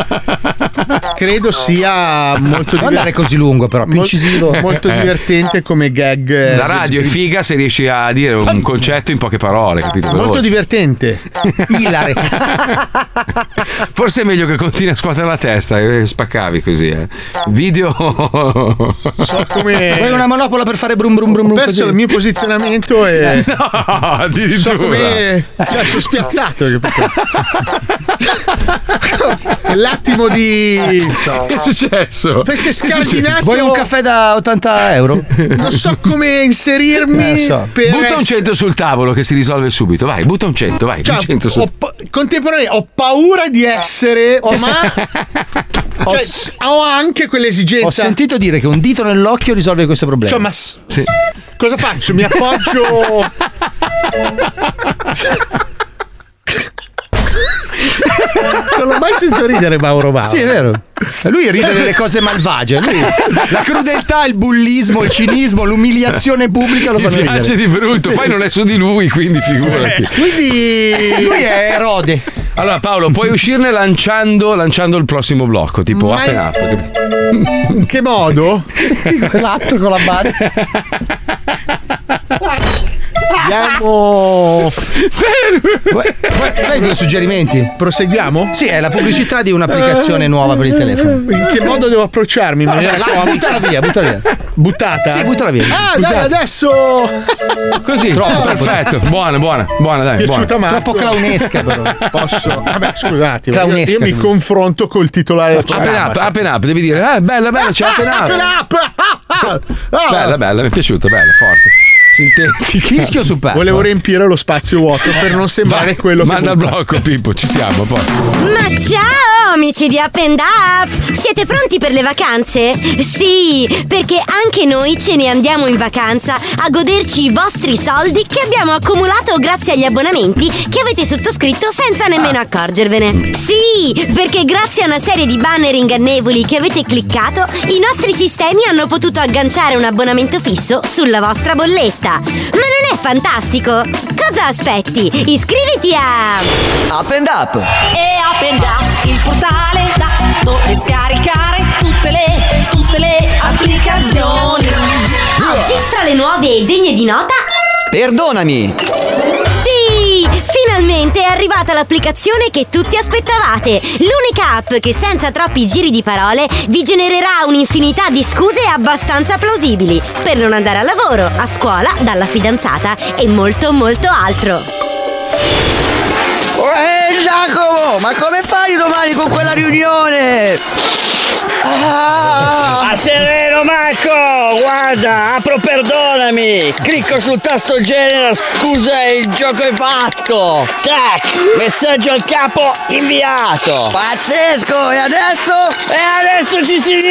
Credo sia molto non andare così lungo, però più incisivo. Molto divertente come gag. La radio è figa se riesci a dire un concetto in poche parole, capito? Molto divertente. Ilare. Forse è meglio che continui a scuotere la testa e spaccavi così. Video. So come. Vuoi una manopola per fare brum brum brum? Ho perso il mio posizionamento e. No, addirittura. So come. Sono spiazzato. L'attimo di. Che è successo? Poi si è scardinato. Vuoi un caffè da 80 euro? Non so come inserirmi. Butta un 100 sul tavolo che si risolve subito. Vai, butta un 100, vai. Cioè, un 100 sul... contemporaneamente ho paura di essere. Ho anche quell'esigenza. Ho sentito dire che un dito nell'occhio risolve questo problema. Cioè, ma sì. Cosa faccio? Mi appoggio. Non l'ho mai sentito ridere Mauro. Sì, è vero. Lui ride delle cose malvagie. La crudeltà, il bullismo, il cinismo, l'umiliazione pubblica lo fanno ridere. Piace di brutto, poi non è su di lui, quindi figurati. Quindi lui è Erode. Allora Paolo, puoi uscirne lanciando il prossimo blocco, tipo up and up. In che modo? Quell'atto con la barra. Andiamo. Hai due suggerimenti? Proseguiamo? Sì, è la pubblicità di un'applicazione nuova per il telefono. In che modo devo approcciarmi? No, buttala via. Buttata? Sì, buttala via. Ah, dai, adesso. Così, troppo, perfetto. Buona, dai. Piaciuta buona. Marco. Troppo clownesca però. Posso? Vabbè, scusa un attimo. Clownesca, Io mi confronto col titolare del programma. Up and up, devi dire, bella, c'è up and up. Bella, mi è piaciuta, bella, forte. Sintetico. Fischio su Peppa. Volevo riempire lo spazio vuoto per non sembrare quello manda il blocco, Pippo, ci siamo, poi. Ma ciao amici di Up and Up! Siete pronti per le vacanze? Sì, perché anche noi ce ne andiamo in vacanza a goderci i vostri soldi che abbiamo accumulato grazie agli abbonamenti che avete sottoscritto senza nemmeno accorgervene. Sì, perché grazie a una serie di banner ingannevoli che avete cliccato, i nostri sistemi hanno potuto agganciare un abbonamento fisso sulla vostra bolletta. Ma non è fantastico? Cosa aspetti? Iscriviti a Up and Up! E Up and Up, il portale da dove scaricare tutte le applicazioni. Oggi, tra le nuove e degne di nota, Perdonami! sì! Finalmente è arrivata l'applicazione che tutti aspettavate. L'unica app che senza troppi giri di parole vi genererà un'infinità di scuse abbastanza plausibili per non andare al lavoro, a scuola, dalla fidanzata e molto altro. Giacomo, ma come fai domani con quella riunione? A sereno Marco, guarda, apro Perdonami, clicco sul tasto genera, scusa, il gioco è fatto. Tac, messaggio al capo inviato. Pazzesco, e adesso? E adesso ci si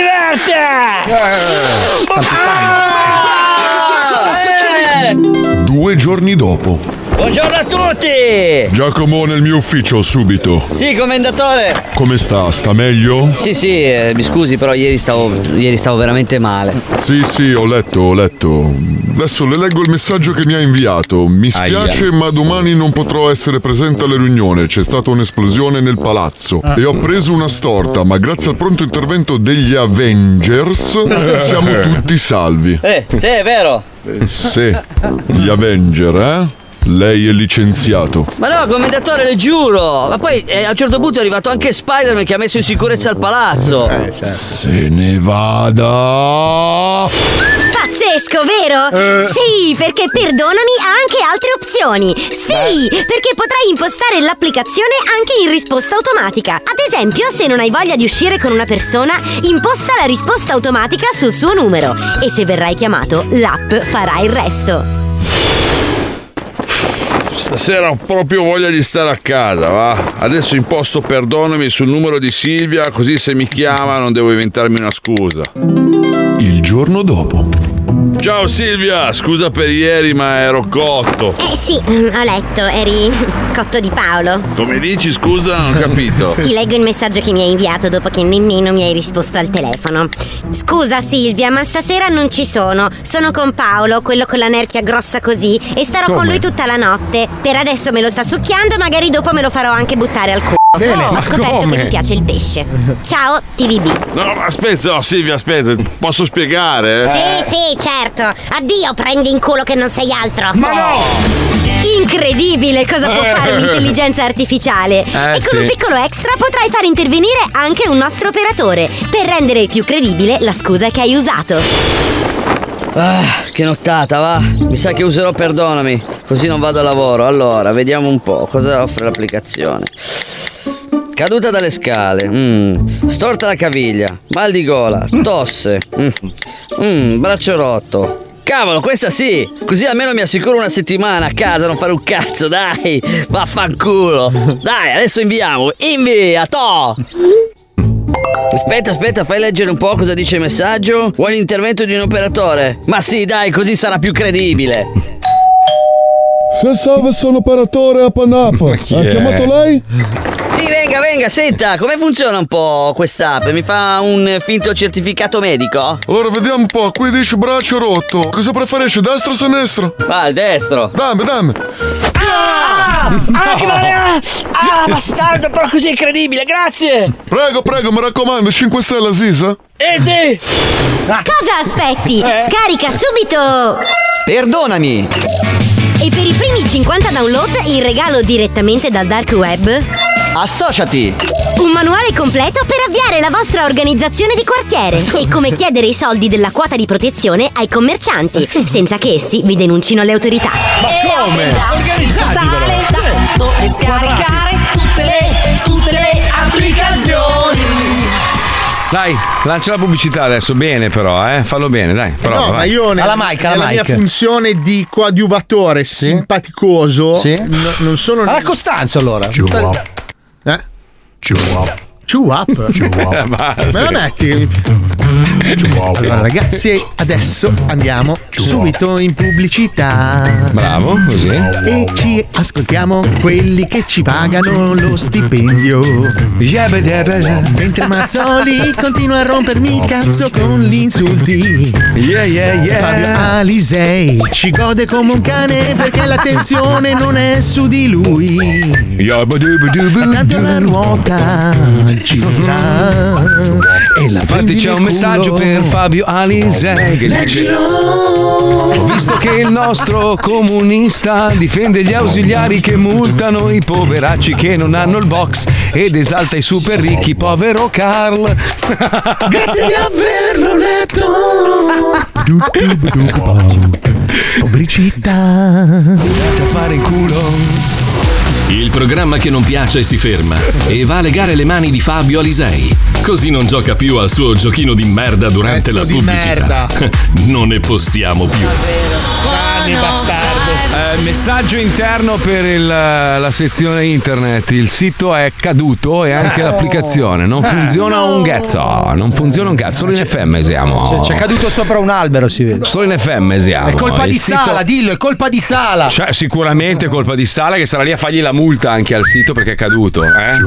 diverte. 2 giorni dopo. Buongiorno a tutti! Giacomo nel mio ufficio, subito. Sì, commendatore. Come sta? Sta meglio? Sì, mi scusi, però ieri stavo veramente male. Sì, ho letto. Adesso le leggo il messaggio che mi ha inviato. Mi spiace, ma domani non potrò essere presente alla riunione. C'è stata un'esplosione nel palazzo e ho preso una storta, ma grazie al pronto intervento degli Avengers siamo tutti salvi. Sì, è vero. Sì, gli Avenger, Lei è licenziato. Ma no, commendatore, le giuro. Ma poi a un certo punto è arrivato anche Spider-Man che ha messo in sicurezza il palazzo. Certo. Se ne vada. Pazzesco, vero? Sì, perché Perdonami ha anche altre opzioni. Sì, perché potrai impostare l'applicazione anche in risposta automatica. Ad esempio, se non hai voglia di uscire con una persona, imposta la risposta automatica sul suo numero e se verrai chiamato, l'app farà il resto. Stasera ho proprio voglia di stare a casa, va? Adesso imposto Perdonami sul numero di Silvia, così se mi chiama non devo inventarmi una scusa. Il giorno dopo. Ciao Silvia, scusa per ieri ma ero cotto. Sì, ho letto, eri cotto di Paolo. Come dici, scusa? Non ho capito. Ti leggo il messaggio che mi hai inviato dopo che nemmeno mi hai risposto al telefono. Scusa Silvia, ma stasera non ci sono. Sono con Paolo, quello con la nerchia grossa così, e starò con lui tutta la notte. Per adesso me lo sta succhiando, magari dopo me lo farò anche buttare al culo. Bene, Ho scoperto che mi piace il pesce. Ciao, TVB. No, aspetta, no, Silvia, aspetta, posso spiegare? Sì, certo. Addio, prendi in culo che non sei altro. Ma no! Incredibile cosa può fare un'intelligenza artificiale. E con un piccolo extra potrai far intervenire anche un nostro operatore per rendere più credibile la scusa che hai usato. Che nottata, va? Mi sa che userò Perdonami, così non vado a lavoro. Allora, vediamo un po' cosa offre l'applicazione. Caduta dalle scale, storta la caviglia, mal di gola, tosse, braccio rotto. Cavolo, questa sì! Così almeno mi assicuro una settimana a casa, non fare un cazzo, dai! Vaffanculo! Dai, adesso inviamo! Invia, to! Aspetta, fai leggere un po' cosa dice il messaggio. Vuoi l'intervento di un operatore? Ma sì, dai, così sarà più credibile. Se salve, sono operatore Up and Up. Ha chiamato lei? Sì, venga, senta, come funziona un po' quest'app? Mi fa un finto certificato medico? Allora vediamo un po', qui dice braccio rotto. Cosa preferisci, destra o sinistra? Va, il destro. Dammi. Che male! Bastardo, però così incredibile, grazie! Prego, mi raccomando, 5 stelle Sisa? Sì! Cosa aspetti? Scarica subito! Perdonami! E per i primi 50 download in regalo direttamente dal dark web, associati! un manuale completo per avviare la vostra organizzazione di quartiere e come chiedere i soldi della quota di protezione ai commercianti, senza che essi vi denuncino le autorità. Ma come? Organizzatevelo! Tanto per scaricare tutte le applicazioni. Dai, lancia la pubblicità adesso, bene però, fallo bene, dai. Prova, no, vai. ma io nella mia funzione di coadiuvatore simpaticoso non sono... Alla Costanzo allora. Chew up. Me la metti? Allora ragazzi, adesso andiamo subito in pubblicità. Bravo, così. E ci ascoltiamo quelli che ci pagano lo stipendio. Mentre Mazzoli continua a rompermi il cazzo con gli insulti. Fabio Alisei ci gode come un cane perché l'attenzione non è su di lui. Tanto la ruota gira e la Infatti c'è un messaggio per Fabio Alisei che dice: ho visto che il nostro comunista difende gli ausiliari che multano i poveracci che non hanno il box ed esalta i super ricchi, povero Carl. Grazie di averlo letto. Pubblicità. Andate a fare in culo. Il programma che non piace e si ferma e va a legare le mani di Fabio Alisei. Così non gioca più al suo giochino di merda durante la pubblicità. Non ne possiamo più. Bastardo. Messaggio interno per la sezione internet. Il sito è caduto e anche l'applicazione. Non funziona un cazzo. Non funziona un cazzo. Solo in FM siamo. C'è caduto sopra un albero, si vede. Solo in FM siamo. È colpa Il di sito- Sala, dillo, è colpa di Sala. Cioè, sicuramente è colpa di Sala che sarà lì a fargli la multa anche al sito perché è caduto.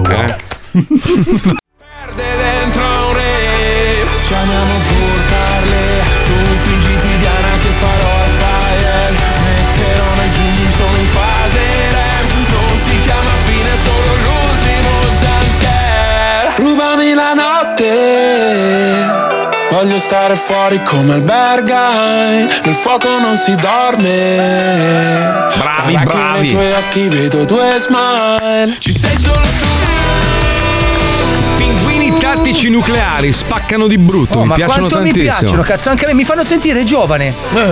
Dentro un rave chiamiamo pur parle. Tu fingiti Diana che farò al fire. Metterò nei zoom solo in fase REM. Non si chiama fine, solo l'ultimo jumpscare. Rubami la notte. Voglio stare fuori come albergai. Nel fuoco non si dorme. Bravi, Sarà bravi. che nei tuoi occhi vedo due smile. Ci sei solo tu. Pinguini tattici nucleari spaccano di brutto. Mi ma piacciono quanto tantissimo. mi piacciono, cazzo, anche a me mi fanno sentire giovane.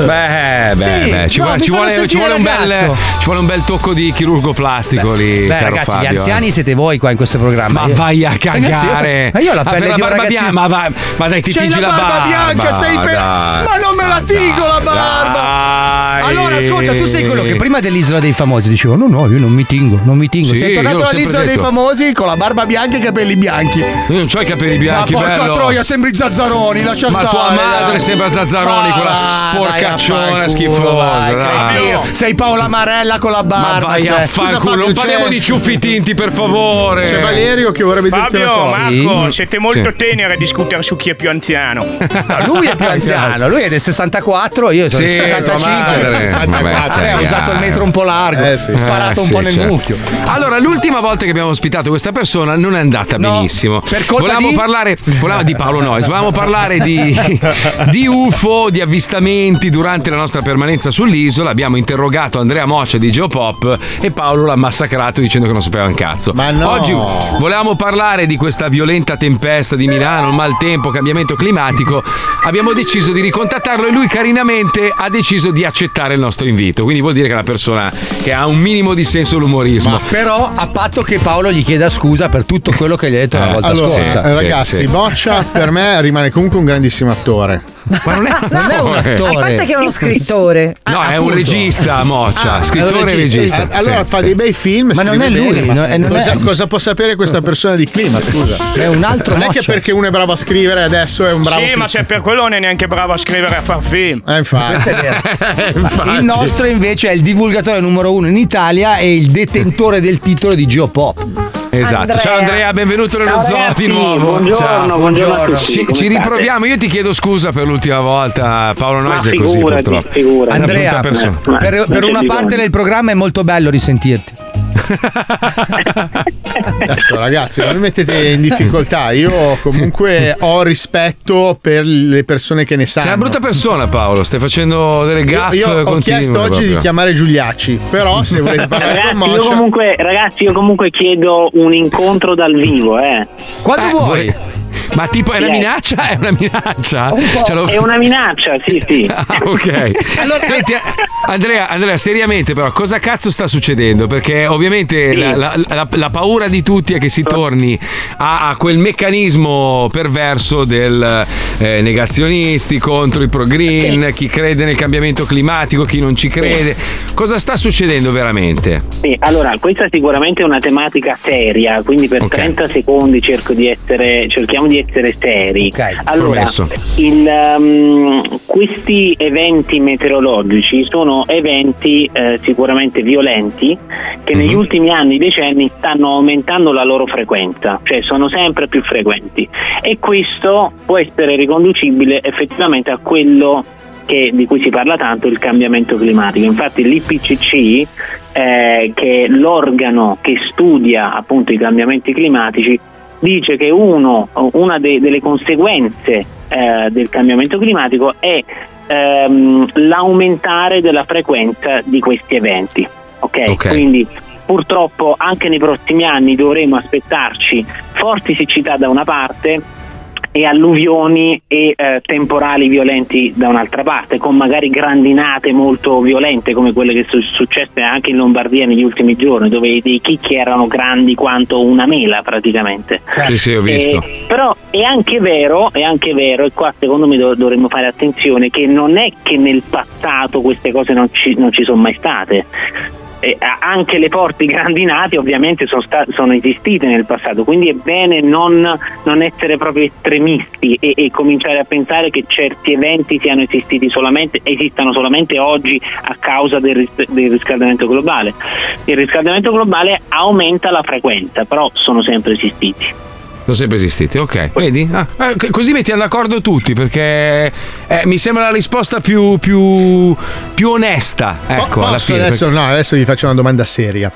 Ci vuole un bel tocco di chirurgo plastico lì. Beh, caro ragazzi, Fabio, gli anziani siete voi qua in questo programma. Ma vai a cagare. Ma io ho la Per pelle di un barba ragazzino. bianca, ma dai, ti C'hai tingi la la barba bianca, sei dai. ma non me la tingo la barba. Dai. Allora, ascolta, tu sei quello che prima dell'Isola dei Famosi dicevo: no, io non mi tingo. Sì, Sei tornato io l'ho sempre all'Isola dei detto. Famosi con la barba bianca e i capelli bianchi. Io non c'ho i capelli bianchi, Ma porca bello. troia, sembri Zazzaroni, lascia Ma stare. tua madre dai. sembra Zazzaroni, quella sporcacciona schifosa. Dai. Sei Paola Marella con la Ma barba. vai a fanculo, non parliamo di ciuffi tinti, per favore. C'è Valerio che vorrebbe dirti una Fabio, cosa. Marco, siete molto Sì. teneri a discutere su chi è più anziano. No, lui è più anziano, lui è del 64, io sono Sì, del 75. tua madre. Vabbè, Ha usato il metro un po' largo, sparato un po' nel certo. mucchio. Allora, l'ultima volta che abbiamo ospitato questa persona non è andata benissimo. Per colpa volevamo di? parlare di Paolo Noyes, volevamo parlare di UFO, di avvistamenti durante la nostra permanenza sull'isola. Abbiamo interrogato Andrea Moccia di Geopop e Paolo l'ha massacrato dicendo che non sapeva un cazzo. Ma no. Oggi volevamo parlare di questa violenta tempesta di Milano, il maltempo, cambiamento climatico. Abbiamo deciso di ricontattarlo e lui carinamente ha deciso di accettare il nostro invito. Quindi vuol dire che è una persona che ha un minimo di senso dell'umorismo. Però a patto che Paolo gli chieda scusa per tutto quello che gli ha detto la volta Allora, scorsa. ragazzi, Boccia per me rimane comunque un grandissimo attore. Ma non è un A parte che è uno scrittore. No, è un regista, Moccia, scrittore e regista. Allora fa dei bei film. Ma non è scrive lui, bene, ma cosa può sapere questa persona di clima? Scusa, è un altro Non è che Moccia. perché uno è bravo a scrivere adesso è un bravo. Sì, ma se per quello non è neanche bravo a scrivere e a far film. Infatti. Questo è vero. Infatti. Il nostro invece è il divulgatore numero 1 in Italia e il detentore del titolo di Geopop. Esatto. Andrea. Ciao Andrea, benvenuto nello Ciao, zoo ragazzi, di nuovo. buongiorno, Ciao. buongiorno a tutti, Ci come state? riproviamo. Io ti chiedo scusa per l'ultima volta. Paolo Noyes è così figurati, purtroppo. figurati. È una Andrea, brutta persona. per non una c'è parte bisogno. del programma è molto bello risentirti. Adesso ragazzi, non mi mettete in difficoltà. Io comunque ho rispetto per le persone che ne sanno. Sei una brutta persona, Paolo. Stai facendo delle gaffe. Io ho chiesto oggi di chiamare Giuliacci, però se volete parlare con Moccia. Ragazzi, io comunque chiedo un incontro dal vivo, Quando vuoi? Ma tipo è una minaccia? È una minaccia? È una minaccia, sì. Ah, ok. Allora, senti, Andrea, seriamente però, cosa cazzo sta succedendo? Perché ovviamente la paura di tutti è che si torni a quel meccanismo perverso del negazionisti contro i pro-green, chi crede nel cambiamento climatico, chi non ci crede. Cosa sta succedendo veramente? Sì, allora, questa sicuramente è una tematica seria, quindi per 30 secondi cerchiamo di essere seri. Allora, questi eventi meteorologici sono eventi sicuramente violenti che negli ultimi anni, decenni, stanno aumentando la loro frequenza, cioè sono sempre più frequenti, e questo può essere riconducibile effettivamente a quello di cui si parla tanto, il cambiamento climatico. Infatti l'IPCC, che è l'organo che studia appunto i cambiamenti climatici, dice che una delle conseguenze del cambiamento climatico è l'aumentare della frequenza di questi eventi. Ok? Quindi purtroppo anche nei prossimi anni dovremo aspettarci forti siccità da una parte e alluvioni e temporali violenti da un'altra parte, con magari grandinate molto violente come quelle che sono successe anche in Lombardia negli ultimi giorni, dove dei chicchi erano grandi quanto una mela praticamente. Sì, ho visto. Però è anche vero, e qua secondo me dovremmo fare attenzione, che non è che nel passato queste cose non ci sono mai state. Anche le forti grandinate ovviamente sono esistite nel passato, quindi è bene non essere proprio estremisti e cominciare a pensare che certi eventi esistano solamente oggi a causa del riscaldamento globale. Il riscaldamento globale aumenta la frequenza, però sono sempre esistiti. Sono sempre esistiti, ok. Vedi? Così mettiamo d'accordo tutti, perché mi sembra la risposta più onesta. Ecco, alla fine. Adesso gli faccio una domanda seria.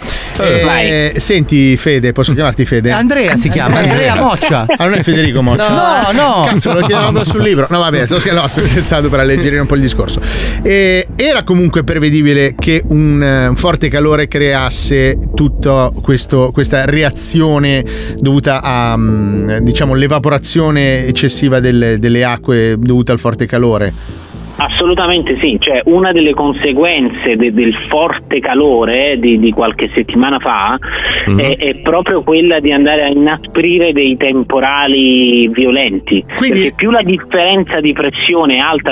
Senti, Fede, posso chiamarti Fede? Andrea si chiama, Andrea Moccia. Non è Federico Moccia? No. Cazzo, lo chiamavo sul libro. No, vabbè, sto scherzando per alleggerire un po' il discorso. Era comunque prevedibile che un forte calore creasse tutta questa reazione dovuta a l'evaporazione eccessiva delle acque dovute al forte calore? Assolutamente sì, cioè una delle conseguenze del forte calore di qualche settimana fa è proprio quella di andare a inasprire dei temporali violenti. Quindi, perché più la differenza di pressione è alta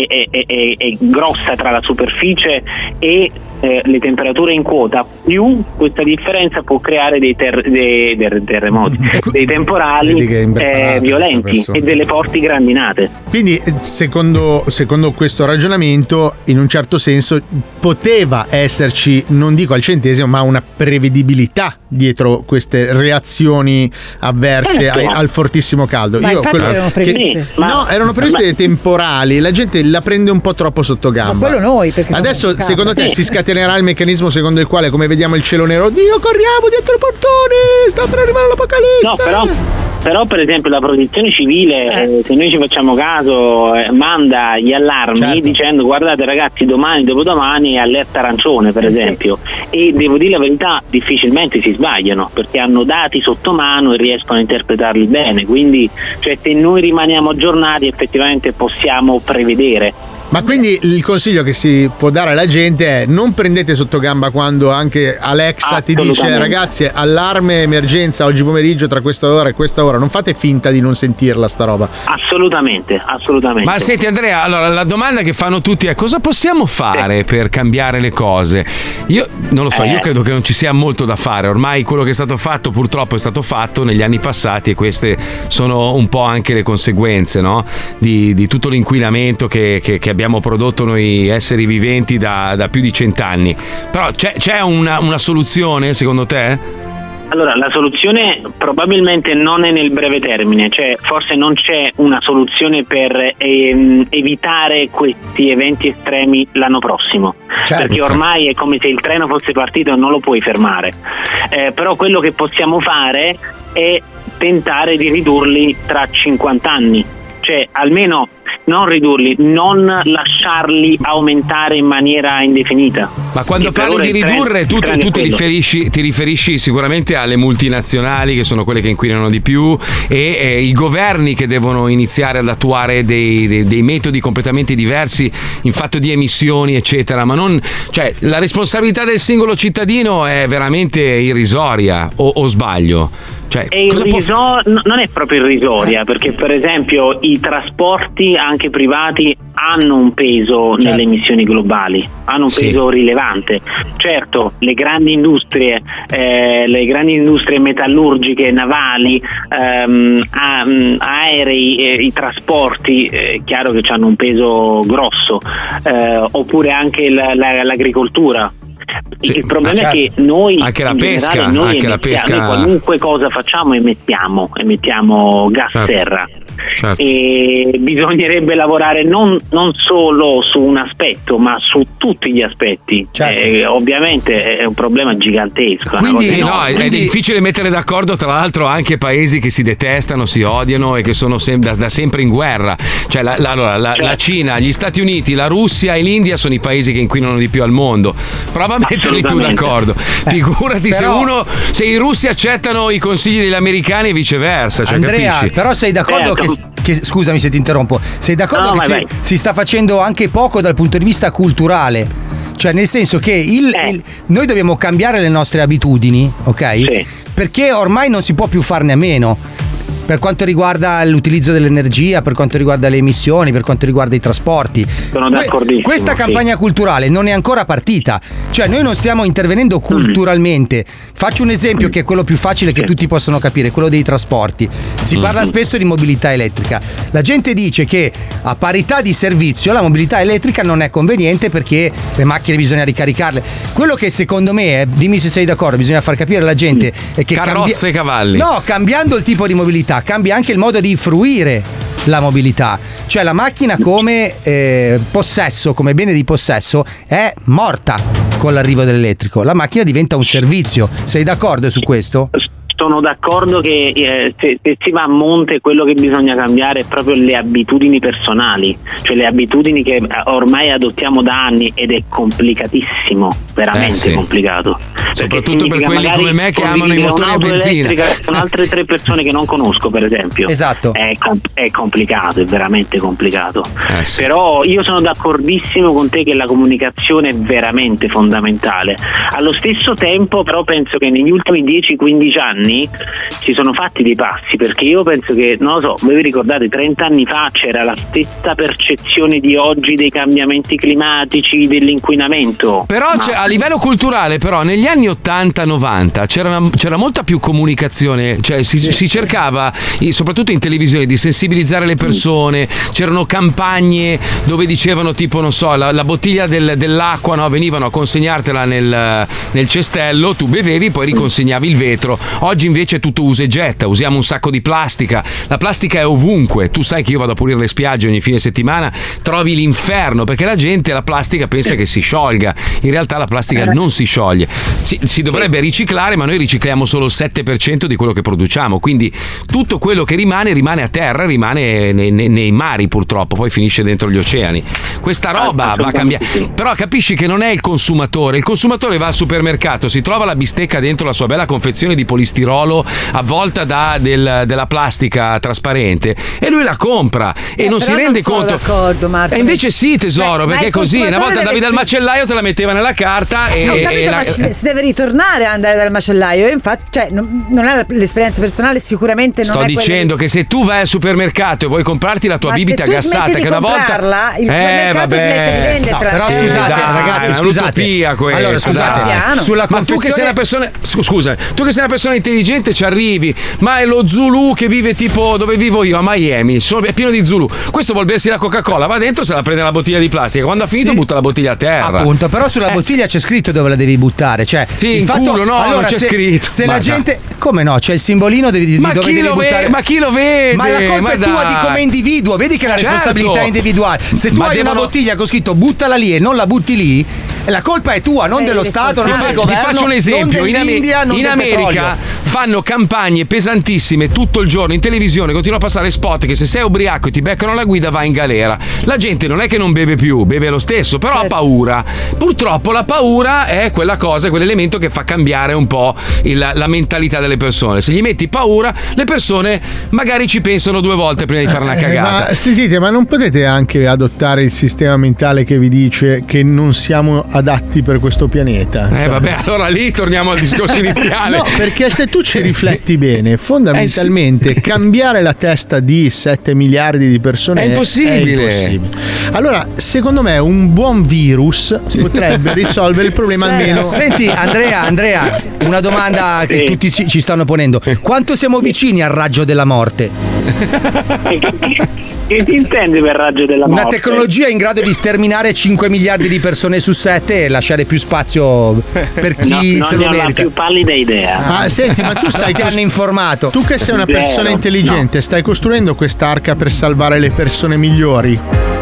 è grossa tra la superficie e le temperature in quota, più questa differenza può creare dei terremoti, dei temporali violenti e delle forti grandinate. Quindi secondo questo ragionamento, in un certo senso poteva esserci, non dico al centesimo, ma una prevedibilità dietro queste reazioni avverse al fortissimo caldo. Ma erano previste. Erano previste dei temporali, la gente la prende un po' troppo sotto gamba. Ma quello noi, perché adesso secondo te si scatenerà il meccanismo secondo il quale, come vediamo il cielo nero, Dio, corriamo dietro i portoni, sta per arrivare l'apocalisse? No, però per esempio la protezione civile, se noi ci facciamo caso, manda gli allarmi dicendo: guardate ragazzi, domani, dopodomani è allerta arancione, per esempio, e devo dire la verità, difficilmente si sbagliano, perché hanno dati sotto mano e riescono a interpretarli bene, quindi se noi rimaniamo aggiornati effettivamente possiamo prevedere. Ma quindi il consiglio che si può dare alla gente è: non prendete sotto gamba quando anche Alexa ti dice ragazzi allarme emergenza oggi pomeriggio tra questa ora e questa ora, non fate finta di non sentirla sta roba. Assolutamente. Ma senti Andrea, allora la domanda che fanno tutti è: cosa possiamo fare per cambiare le cose? Io non lo so, io credo che non ci sia molto da fare, ormai quello che è stato fatto purtroppo è stato fatto negli anni passati, e queste sono un po' anche le conseguenze, no? di tutto l'inquinamento che abbiamo prodotto noi esseri viventi da più di 100 anni. Però c'è una soluzione secondo te? Allora, la soluzione probabilmente non è nel breve termine, cioè forse non c'è una soluzione per evitare questi eventi estremi l'anno prossimo, perché ormai è come se il treno fosse partito e non lo puoi fermare, però quello che possiamo fare è tentare di ridurli tra 50 anni, cioè almeno non ridurli, non lasciarli aumentare in maniera indefinita. Ma quando parli di ridurre, tu ti riferisci sicuramente alle multinazionali, che sono quelle che inquinano di più, e i governi che devono iniziare ad attuare dei metodi completamente diversi in fatto di emissioni, eccetera. Ma non, cioè, la responsabilità del singolo cittadino è veramente irrisoria, o sbaglio? Cioè, non è proprio irrisoria, perché per esempio i trasporti anche privati hanno un peso nelle emissioni globali, hanno un peso rilevante. Certo, le grandi industrie metallurgiche, navali, aerei, i trasporti, è chiaro che hanno un peso grosso, oppure anche l'agricoltura. Il problema è che noi anche la pesca, noi qualunque cosa facciamo emettiamo gas serra. Certo. E bisognerebbe lavorare non solo su un aspetto, ma su tutti gli aspetti. Ovviamente è un problema gigantesco. Quindi è difficile mettere d'accordo, tra l'altro, anche paesi che si detestano, si odiano e che sono da sempre in guerra. Cioè la Cina, gli Stati Uniti, la Russia e l'India sono i paesi che inquinano di più al mondo. Prova a metterli tu d'accordo. Figurati se i russi accettano i consigli degli americani e viceversa. Cioè, Andrea, capisci? però sei d'accordo che scusami se ti interrompo, sei d'accordo che si sta facendo anche poco dal punto di vista culturale? Cioè, nel senso che noi dobbiamo cambiare le nostre abitudini, ok? Perché ormai non si può più farne a meno. Per quanto riguarda l'utilizzo dell'energia, per quanto riguarda le emissioni, per quanto riguarda i trasporti. Sono d'accordissimo. Questa campagna culturale non è ancora partita. Cioè, noi non stiamo intervenendo culturalmente. Faccio un esempio che è quello più facile che tutti possono capire, quello dei trasporti. Si parla spesso di mobilità elettrica. La gente dice che a parità di servizio la mobilità elettrica non è conveniente perché le macchine bisogna ricaricarle. Quello che secondo me, dimmi se sei d'accordo, bisogna far capire alla gente è che carrozze e cavalli. No, cambiando il tipo di mobilità cambia anche il modo di fruire la mobilità. Cioè la macchina come possesso, come bene di possesso, è morta con l'arrivo dell'elettrico. La macchina diventa un servizio. Sei d'accordo su questo? Sono d'accordo che se si va a monte, quello che bisogna cambiare è proprio le abitudini personali, cioè le abitudini che ormai adottiamo da anni, ed è complicatissimo, veramente complicato. Soprattutto per quelli come me che amano i motori a benzina. Con altre 3 persone che non conosco, per esempio. Esatto. È complicato, è veramente complicato. Però io sono d'accordissimo con te che la comunicazione è veramente fondamentale. Allo stesso tempo, però, penso che negli ultimi 10-15 anni ci sono fatti dei passi, perché io penso che, non lo so, voi vi ricordate, 30 anni fa c'era la stessa percezione di oggi dei cambiamenti climatici, dell'inquinamento. Però a livello culturale, però, negli anni 80-90 c'era molta più comunicazione, cioè si cercava, soprattutto in televisione, di sensibilizzare le persone. C'erano campagne dove dicevano, tipo, non so, la bottiglia dell'acqua, no? Venivano a consegnartela nel cestello, tu bevevi, poi riconsegnavi il vetro. Oggi invece è tutto usa e getta, usiamo un sacco di plastica, la plastica è ovunque. Tu sai che io vado a pulire le spiagge ogni fine settimana, trovi l'inferno, perché la gente la plastica pensa che si sciolga, in realtà la plastica non si scioglie. Si dovrebbe riciclare, ma noi ricicliamo solo il 7% di quello che produciamo, quindi tutto quello che rimane a terra, rimane nei mari, purtroppo, poi finisce dentro gli oceani. Questa roba va a cambiare. Però capisci che non è il consumatore va al supermercato, si trova la bistecca dentro la sua bella confezione di polistirolo avvolta della plastica trasparente, e lui la compra e non si rende conto. E invece sì, tesoro, perché così una volta andavi dal macellaio, te la metteva nella carta e ho capito, ma si deve ritornare a andare dal macellaio, infatti, cioè, non è l'esperienza personale, sicuramente non sto dicendo che se tu vai al supermercato e vuoi comprarti la tua bibita gassata, che una volta il supermercato smette di vendertela. Però scusate, ragazzi, è un'utopia questa. Allora, scusate, sulla confezione... Ma tu che sei una persona, scusa, tu che sei una persona intelligente, intelligente ci arrivi, ma è lo Zulu che vive tipo dove vivo io, a Miami, è pieno di Zulu. Questo vuol bersi la Coca-Cola, va dentro, se la prende la bottiglia di plastica, quando ha finito butta la bottiglia a terra. Appunto, però sulla bottiglia c'è scritto dove la devi buttare, cioè sì, in culo, no, allora, non c'è scritto. Se la gente, come no, c'è il simbolino di dove devi buttare. Ma chi lo vede? Ma la colpa è tua di come individuo, vedi che la responsabilità è individuale. Se tu hai una bottiglia con scritto buttala lì e non la butti lì, la colpa è tua, non dello Stato, non del governo. Ti faccio un esempio, non dell'India, non in del America petrolio. fanno campagne pesantissime tutto il giorno in televisione, continua a passare spot che se sei ubriaco e ti beccano la guida vai in galera. La gente non è che non beve più, beve lo stesso, però ha paura. Purtroppo la paura è quella cosa, quell'elemento che fa cambiare un po' la mentalità delle persone. Se gli metti paura, le persone magari ci pensano due volte prima di fare una cagata. Ma sentite, ma non potete anche adottare il sistema mentale che vi dice che non siamo adatti per questo pianeta? Vabbè, allora lì torniamo al discorso iniziale. No, perché se tu ci rifletti bene, fondamentalmente cambiare la testa di 7 miliardi di persone è impossibile. Allora, secondo me un buon virus potrebbe risolvere il problema almeno. Senti, Andrea, una domanda che tutti ci stanno ponendo. Quanto siamo vicini al raggio della morte? Che ti intendi per raggio della morte? Una tecnologia in grado di sterminare 5 miliardi di persone su 7 e lasciare più spazio per chi se lo merita. Non ho la più pallida idea. Senti, ma tu ti hanno informato. Tu che sei una persona intelligente, stai costruendo quest'arca per salvare le persone migliori?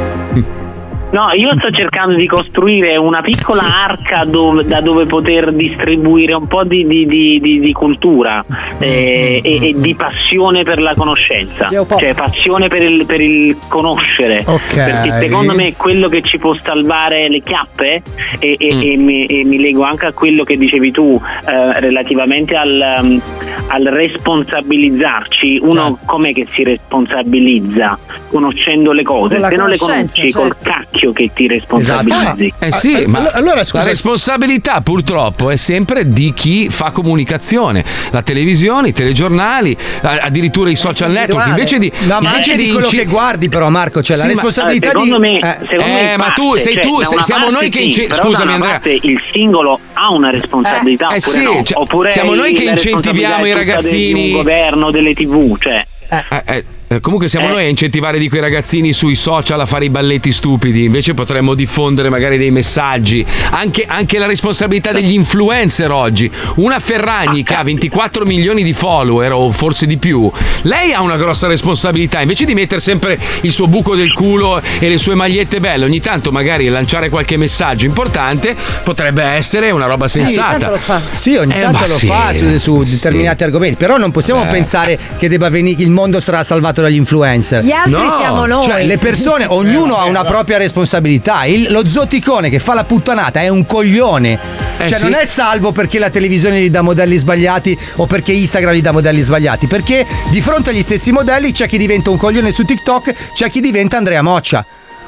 No, io sto cercando di costruire una piccola arca da dove poter distribuire un po' di cultura e di passione per la conoscenza, cioè passione per il conoscere, perché secondo me quello che ci può salvare le chiappe e mi lego anche a quello che dicevi tu relativamente al responsabilizzarci. Uno com'è che si responsabilizza? Conoscendo le cose, se non le conosci col cacchio che ti responsabilizzi. Sì, ma allora scusa, la responsabilità purtroppo è sempre di chi fa comunicazione, la televisione, i telegiornali, addirittura i social network, invece di quello che guardi, però Marco, cioè la responsabilità secondo me ma tu siamo noi che scusami Andrea, il singolo ha una responsabilità oppure siamo noi che incentiviamo i ragazzini, un governo, delle TV, cioè comunque siamo noi a incentivare di quei ragazzini sui social a fare i balletti stupidi, invece potremmo diffondere magari dei messaggi, anche la responsabilità degli influencer oggi. Una Ferragni che ha 24 milioni di follower o forse di più, lei ha una grossa responsabilità, invece di mettere sempre il suo buco del culo e le sue magliette belle, ogni tanto magari lanciare qualche messaggio importante potrebbe essere una roba sensata. Sì, ogni tanto lo fa su determinati argomenti, però non possiamo pensare che debba venire, il mondo sarà salvato dagli influencer. Gli altri siamo noi. Cioè le persone, ognuno ha una propria responsabilità. Lo zoticone che fa la puttanata è un coglione. Non è salvo perché la televisione gli dà modelli sbagliati o perché Instagram gli dà modelli sbagliati, perché di fronte agli stessi modelli c'è chi diventa un coglione su TikTok, c'è chi diventa Andrea Moccia.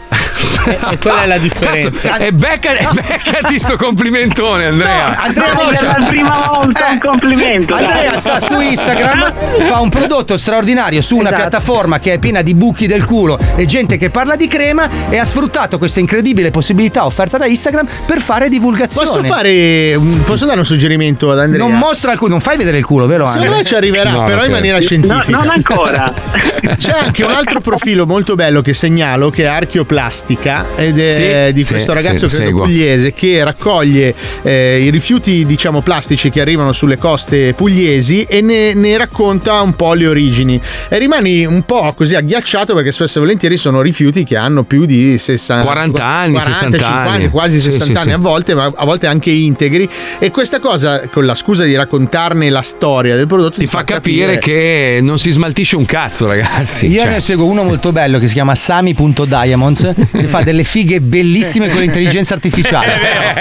E quella è la differenza. Cazzo, beccati sto complimentone, Andrea. No, Andrea Moccia, è la prima volta un complimento. Andrea sta su Instagram, fa un prodotto straordinario su una piattaforma che è piena di buchi del culo e gente che parla di crema, e ha sfruttato questa incredibile possibilità offerta da Instagram per fare divulgazione. Posso dare un suggerimento ad Andrea? Non mostra il culo, non fai vedere il culo, vero Andrea? Secondo me ci arriverà, però in maniera scientifica. No, non ancora. C'è anche un altro profilo molto bello che segnalo, che è Archeoplastica, ed è di questo ragazzo credo pugliese che raccoglie i rifiuti, diciamo, plastici che arrivano sulle coste pugliesi e ne racconta un po' le origini, e rimani un po' così agghiacciato, perché spesso e volentieri sono rifiuti che hanno più di 40 anni, 60 50 anni, quasi 60 anni. A volte, ma a volte anche integri, e questa cosa, con la scusa di raccontarne la storia del prodotto, ti fa capire che non si smaltisce un cazzo, ragazzi. Io ne seguo uno molto bello che si chiama Sami.diamonds, che fa delle fighe bellissime con l'intelligenza artificiale.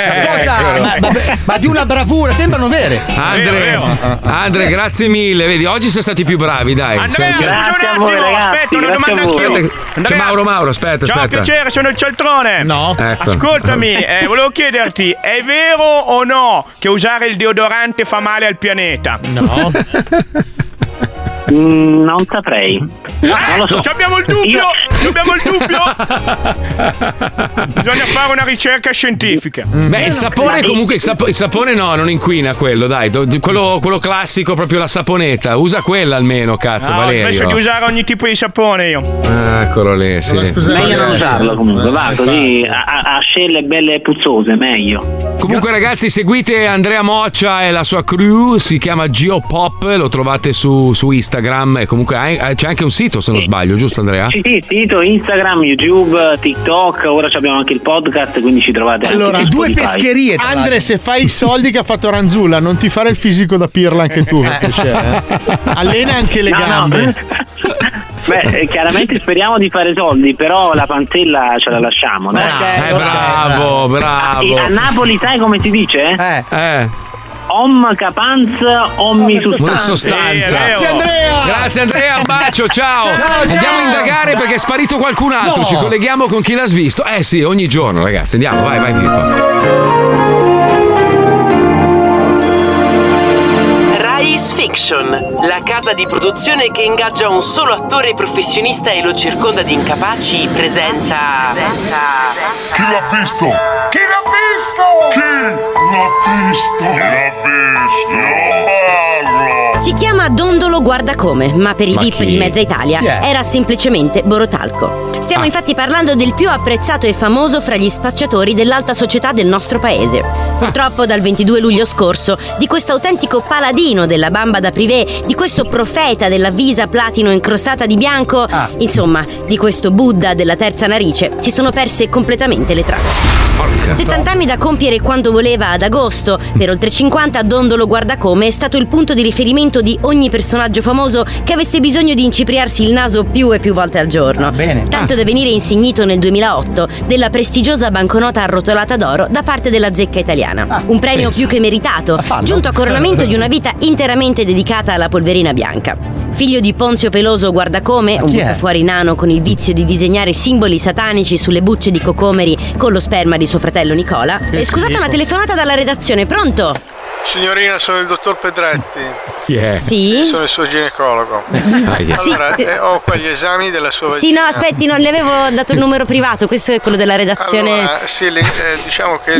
Ma di una bravura, sembrano vere. Andre, grazie mille. Vedi, oggi siamo stati più bravi, dai. Andrea, scusa un attimo, aspetta, una domanda anch'io. C'è Mauro, aspetta. Ciao, piacere, sono il Cialtrone. No. Ecco. Ascoltami, volevo chiederti, è vero o no che usare il deodorante fa male al pianeta? No. Non saprei. Non lo so. Abbiamo il dubbio! Abbiamo il dubbio! Bisogna fare una ricerca scientifica. Beh, il sapone comunque, il sapone no, non inquina quello, dai. Quello classico, proprio la saponetta. Usa quella almeno, cazzo, Valerio. Ho smesso di usare ogni tipo di sapone io. Eccolo lì, sì. Meglio non usarlo comunque, va così a scelle belle puzzose, meglio. Comunque ragazzi, seguite Andrea Moccia e la sua crew, si chiama Geopop, lo trovate su Instagram e comunque c'è anche un sito se non sbaglio, giusto Andrea? Sì, sito, Instagram, YouTube, TikTok, ora abbiamo anche il podcast, quindi ci trovate allora, anche su due Spotify. pescherie. Andre, se fai i soldi che ha fatto Ranzulla, non ti fare il fisico da pirla anche tu, per piacere. Allena anche le gambe. Beh, chiaramente speriamo di fare soldi, però la pantella ce la lasciamo, no? Bravo. A Napoli sai come si dice? Om capanz, omni sostanza. Grazie Andrea. Grazie Andrea, un bacio, ciao. Andiamo a indagare perché è sparito qualcun altro. No. Ci colleghiamo con chi l'ha svisto. Sì, ogni giorno, ragazzi. Andiamo, vai Pippo. Rais Fiction, la casa di produzione che ingaggia un solo attore professionista e lo circonda di incapaci, presenta. Chi l'ha visto? Chi l'ha visto? Si chiama Dondolo Guardacome, ma per i VIP chi? di mezza Italia era semplicemente Borotalco. Stiamo infatti parlando del più apprezzato e famoso fra gli spacciatori dell'alta società del nostro paese. Purtroppo dal 22 luglio scorso, di questo autentico paladino della bamba da privé, di questo profeta della visa platino incrostata di bianco, insomma, di questo Buddha della terza narice, si sono perse completamente le tracce. 70 anni da compiere quando voleva ad agosto, per oltre 50 Dondolo Guardacome è stato il punto di riferimento di ogni personaggio famoso che avesse bisogno di incipriarsi il naso più e più volte al giorno. Tanto da venire insignito nel 2008 della prestigiosa banconota arrotolata d'oro da parte della zecca italiana. Un premio più che meritato, giunto a coronamento di una vita interamente dedicata alla polverina bianca. Figlio di Ponzio Peloso Guardacome, un buttafuori nano con il vizio di disegnare simboli satanici sulle bucce di cocomeri con lo sperma di suo fratello Nicola. Scusate, una telefonata dalla redazione, pronto? Signorina, sono il dottor Pedretti. Chi è? Sì? Sono il suo ginecologo. Allora, ho qua gli esami della sua vagina. Sì, no, aspetti, non le avevo dato il numero privato, questo è quello della redazione. Allora, sì, diciamo che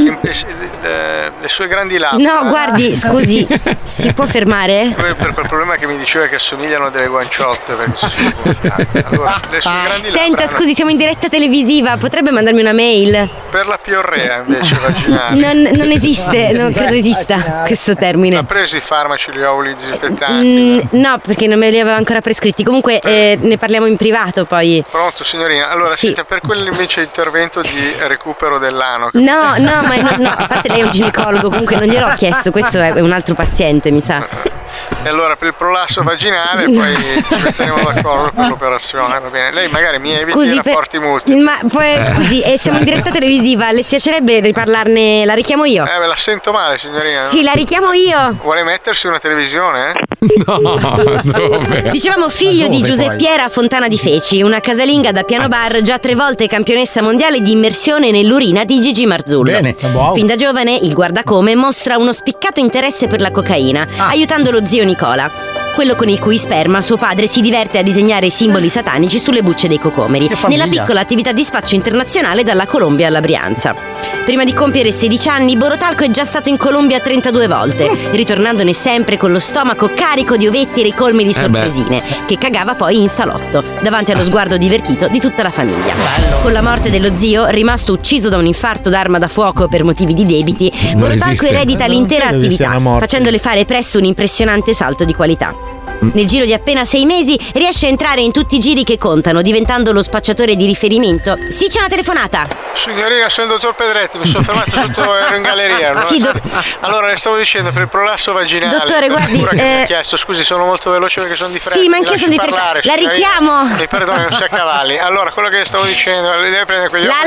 le sue grandi labbra. No, guardi, scusi, si può fermare? Per quel problema che mi diceva che assomigliano a delle guanciotte perché si sono gonfiate. Allora, le sue grandi labbra. Senta, scusi, siamo in diretta televisiva, potrebbe mandarmi una mail? Per la piorrea invece vaginale. Non esiste, non credo esista questo termine. Ha preso i farmaci, gli ovuli disinfettanti? No, perché non me li aveva ancora prescritti. Comunque ne parliamo in privato poi. Pronto signorina? Allora Sì. siete per quello invece intervento di recupero dell'ano? No, a parte lei è un ginecologo, comunque non gliel'ho chiesto, questo è un altro paziente, mi sa. E allora per il prolasso vaginale poi ci metteremo d'accordo per l'operazione, va bene? Lei magari mi eviti i rapporti multipli. Ma poi scusi, siamo in diretta televisiva, le spiacerebbe riparlarne? La richiamo io? Me la sento male signorina. Sì, la richiamo io. Vuole mettersi una televisione? No, dove? Dicevamo figlio di Giuseppiera Fontana di Feci, una casalinga da piano bar già 3 volte campionessa mondiale di immersione nell'urina di Gigi Marzullo. Bene. Fin da giovane il guardacome mostra uno spiccato interesse per la cocaina, aiutando lo zio Nicola, quello con il cui sperma suo padre si diverte a disegnare simboli satanici sulle bucce dei cocomeri, nella piccola attività di spaccio internazionale dalla Colombia alla Brianza. Prima di compiere 16 anni, Borotalco è già stato in Colombia 32 volte, ritornandone sempre con lo stomaco carico di ovetti ricolmi di sorpresine, che cagava poi in salotto, davanti allo sguardo divertito di tutta la famiglia. Con la morte dello zio, rimasto ucciso da un infarto d'arma da fuoco per motivi di debiti, Borotalco eredita l'intera attività, facendole fare presto un impressionante salto di qualità. Nel giro di appena 6 mesi riesce a entrare in tutti i giri che contano, diventando lo spacciatore di riferimento. Sì, c'è una telefonata. Signorina, sono il dottor Pedretti, mi sono fermato ero in galleria. Allora le stavo dicendo per il prolasso vaginale. Dottore, guardi, che mi ha chiesto, scusi, sono molto veloce perché sono di fretta. Sì, ma anch'io sono di fretta. La richiamo. Mi perdoni, non si accavalli. Allora, quello che le stavo dicendo, le deve prendere quegli occhi.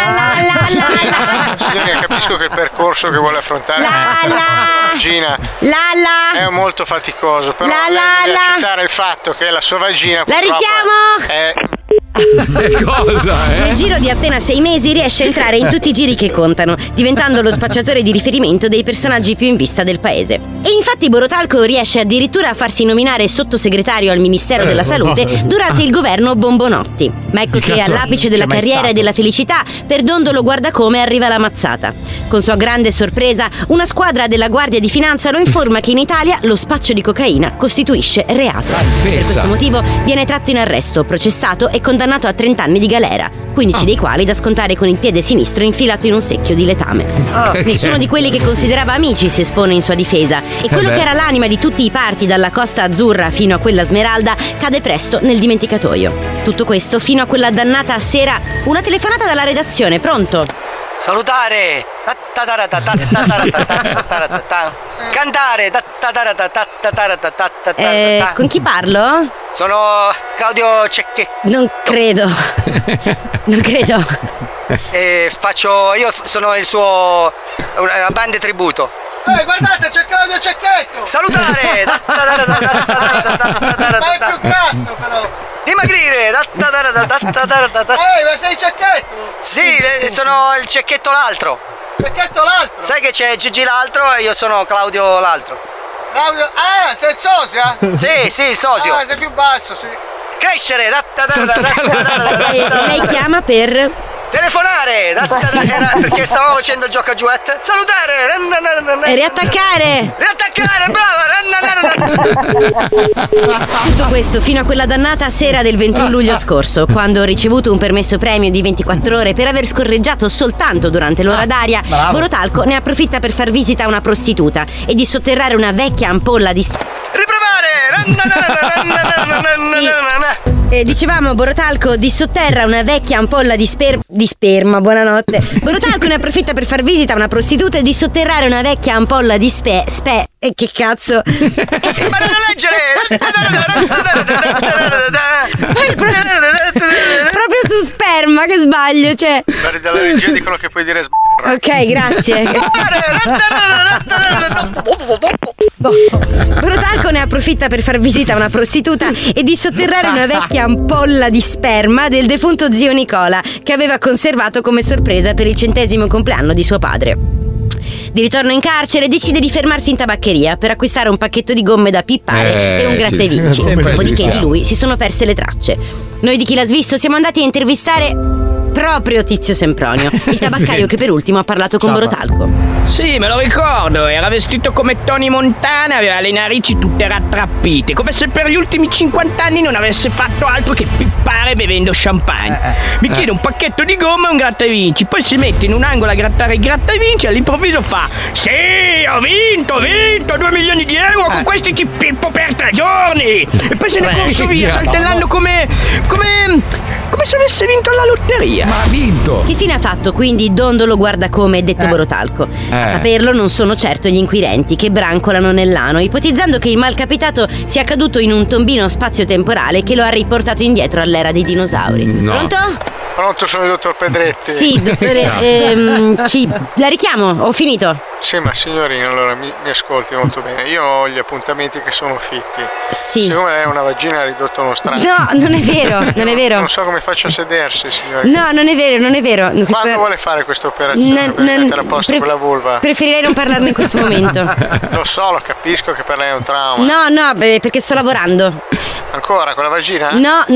Signorina, capisco che il percorso che vuole affrontare la vagina è molto faticoso, però lei deve accettare il fatto che la sua vagina la richiamo. è Cosa, Nel giro di appena 6 mesi riesce a entrare in tutti i giri che contano, diventando lo spacciatore di riferimento dei personaggi più in vista del paese. E infatti Borotalco riesce addirittura a farsi nominare sottosegretario al Ministero della Salute durante il governo Bombonotti. Ma ecco che all'apice della carriera e della felicità, per Dondolo Guardacome arriva la mazzata. Con sua grande sorpresa, una squadra della Guardia di Finanza lo informa che in Italia lo spaccio di cocaina costituisce reato. Per questo motivo viene tratto in arresto, processato e condannato a 30 anni di galera, 15 dei quali da scontare con il piede sinistro infilato in un secchio di letame. Nessuno di quelli che considerava amici si espone in sua difesa e quello che era l'anima di tutti i parti dalla Costa Azzurra fino a quella Smeralda cade presto nel dimenticatoio. Tutto questo fino a quella dannata sera, una telefonata dalla redazione. Pronto? Salutare! Cantare! Con chi parlo? Sono Claudio Cecchetto. Non credo. Non credo. Io sono il suo. Una band tributo. Guardate, c'è Claudio Cecchetto! Salutare! Ma è più grasso, però! Dimagrire! Ma sei Cecchetto? Sì, sono il Cecchetto l'altro. Cecchetto l'altro? Sai che c'è Gigi l'altro e io sono Claudio l'altro. Claudio? Ah, sei il sosia? Sì, il socio. Ah, sei più basso, sì. Crescere! Lei chiama per... telefonare! Era perché stavamo facendo il gioco a giuette. Salutare! E riattaccare! Brava! Tutto questo fino a quella dannata sera del 21 luglio scorso, quando ho ricevuto un permesso premio di 24 ore per aver scorreggiato soltanto durante l'ora d'aria. Borotalco ne approfitta per far visita a una prostituta e di sotterrare una vecchia ampolla di... Dicevamo, Borotalco dissotterra una vecchia ampolla di sperma, buonanotte. Borotalco ne approfitta per far visita a una prostituta e di sotterrare una vecchia ampolla di che cazzo? Ma non leggere! Proprio su sperma, che sbaglio, cioè. Guardi dalla regia dicono che puoi dire Ok, grazie. Borotalco ne approfitta per far visita a una prostituta e di sotterrare una vecchia ampolla di sperma del defunto zio Nicola, che aveva conservato come sorpresa per il 100° compleanno di suo padre. Di ritorno in carcere decide di fermarsi in tabaccheria per acquistare un pacchetto di gomme da pippare e un gratta e vinci. Dopodiché di lui si sono perse le tracce. Noi di Chi l'ha svisto siamo andati a intervistare proprio Tizio Sempronio, il tabaccaio che per ultimo ha parlato con Borotalco. Sì, me lo ricordo, era vestito come Tony Montana, aveva le narici tutte rattrappite, come se per gli ultimi 50 anni non avesse fatto altro che pippare bevendo champagne. Mi chiede un pacchetto di gomma e un gratta e vinci, poi si mette in un angolo a grattare il gratta e vinci e all'improvviso fa: sì, ho vinto 2 milioni di euro, con questi ci pippo per 3 giorni. E poi se ne è corso via saltellando come se avesse vinto alla lotteria. Ma ha vinto! Che fine ha fatto quindi Dondolo Guardacome, detto Borotalco? A saperlo non sono certo gli inquirenti, che brancolano nell'ano, ipotizzando che il malcapitato sia caduto in un tombino spazio-temporale che lo ha riportato indietro all'era dei dinosauri. No. Pronto? Pronto, sono il dottor Pedretti. Sì, dottore, la richiamo, ho finito. Sì, ma signorina, allora mi ascolti molto bene. Io ho gli appuntamenti che sono fitti. Sì. Siccome lei ha una vagina ha ridotto uno strano. No, non è vero, non è vero. Non so come faccio a sedersi, signorina. No, non è vero, non è vero. Quando vuole fare questa operazione per mettere a posto quella vulva? Preferirei non parlarne in questo momento. Lo so, lo capisco che per lei è un trauma. No, perché sto lavorando. Ancora, con la vagina? No,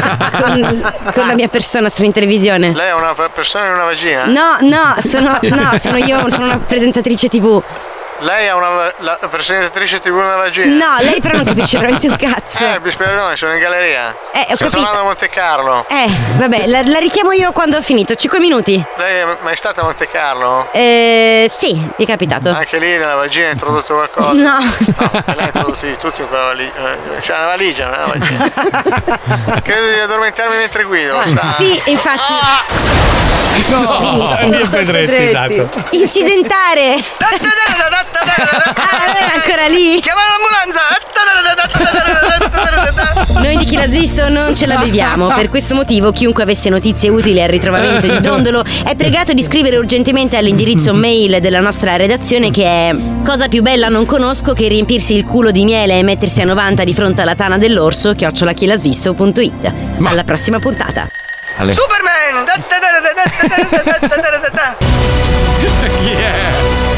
con la mia persona, sono in televisione. Lei è una persona in una vagina? No, sono io, sono una presentatrice TV. Lei ha la presentatrice TV nella vagina? No, lei però non capisce veramente un cazzo. Perdone, sono in galleria. Sto tornando a Monte Carlo. Vabbè, la richiamo io quando ho finito, 5 minuti. Lei è mai stata a Monte Carlo? Sì, mi è capitato. Anche lì nella vagina ha introdotto qualcosa? No. Lei ha introdotto di tutto in quella valigia. C'è una valigia, non è una vagina. Credo di addormentarmi mentre guido, lo sa? Sì, infatti. No, Pedretti, esatto. Incidentare. Ancora lì? Chiamare l'ambulanza! Noi di Chi l'ha visto non ce la beviamo. Per questo motivo chiunque avesse notizie utili al ritrovamento di Dondolo è pregato di scrivere urgentemente all'indirizzo mail della nostra redazione, che è cosa più bella non conosco che riempirsi il culo di miele e mettersi a 90 di fronte alla tana dell'orso @chilasvisto.it. Alla prossima puntata. Superman! Chi è?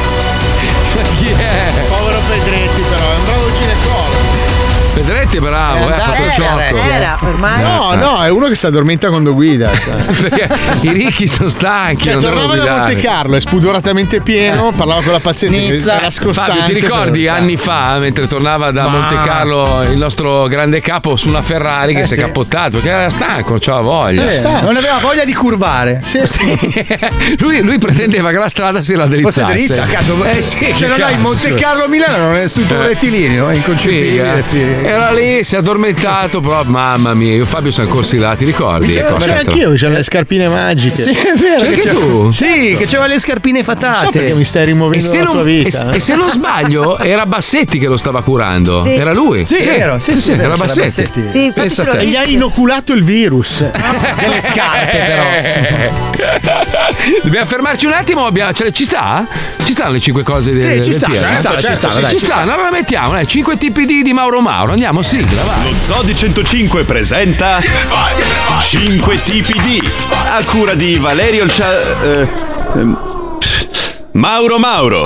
Povero Pedretti, però, è un bravo ginecologo. Pedretti è bravo, ha fatto il gioco. Era ormai. No, è uno che si addormenta quando guida. Perché i ricchi sono stanchi. non tornava devono da guidare. Monte Carlo, è spudoratamente pieno, parlava con la paziente che era scostante. Fabio, ti ricordi anni fa, mentre tornava da Monte Carlo il nostro grande capo su una Ferrari che si è cappottato perché era stanco, non c'aveva voglia. Non aveva voglia di curvare. Lui pretendeva che la strada si raddrizzasse. Fosse dritta, cazzo. Sì, Se non hai Monte Carlo a Milano non è tutto un rettilineo, è inconcepibile. Figa. Era lì, si è addormentato, però mamma mia, io e Fabio siamo corsi là, ti ricordi? C'era anch'io, c'erano le scarpine magiche. Sì, è vero. C'è anche tu? Sì, che c'aveva le scarpine fatate. So perché mi stai rimuovendo la tua vita. E se non sbaglio, era Bassetti che lo stava curando. Sì. Era lui? Sì, è vero. Sì, era c'era Bassetti. Sì, Pensa infatti te. E gli ha inoculato il virus. Delle scarpe, però. Dobbiamo fermarci un attimo. Ci sta? Ci stanno le 5 cose del Sì, ci sta, Piero? ci sta, dai. Ci sta, allora la mettiamo. 5 tipi di Mauro Mauro. Andiamo, sigla, vai. Lo Zoo di 105 presenta 5 tipi di, a cura di Valerio Mauro Mauro.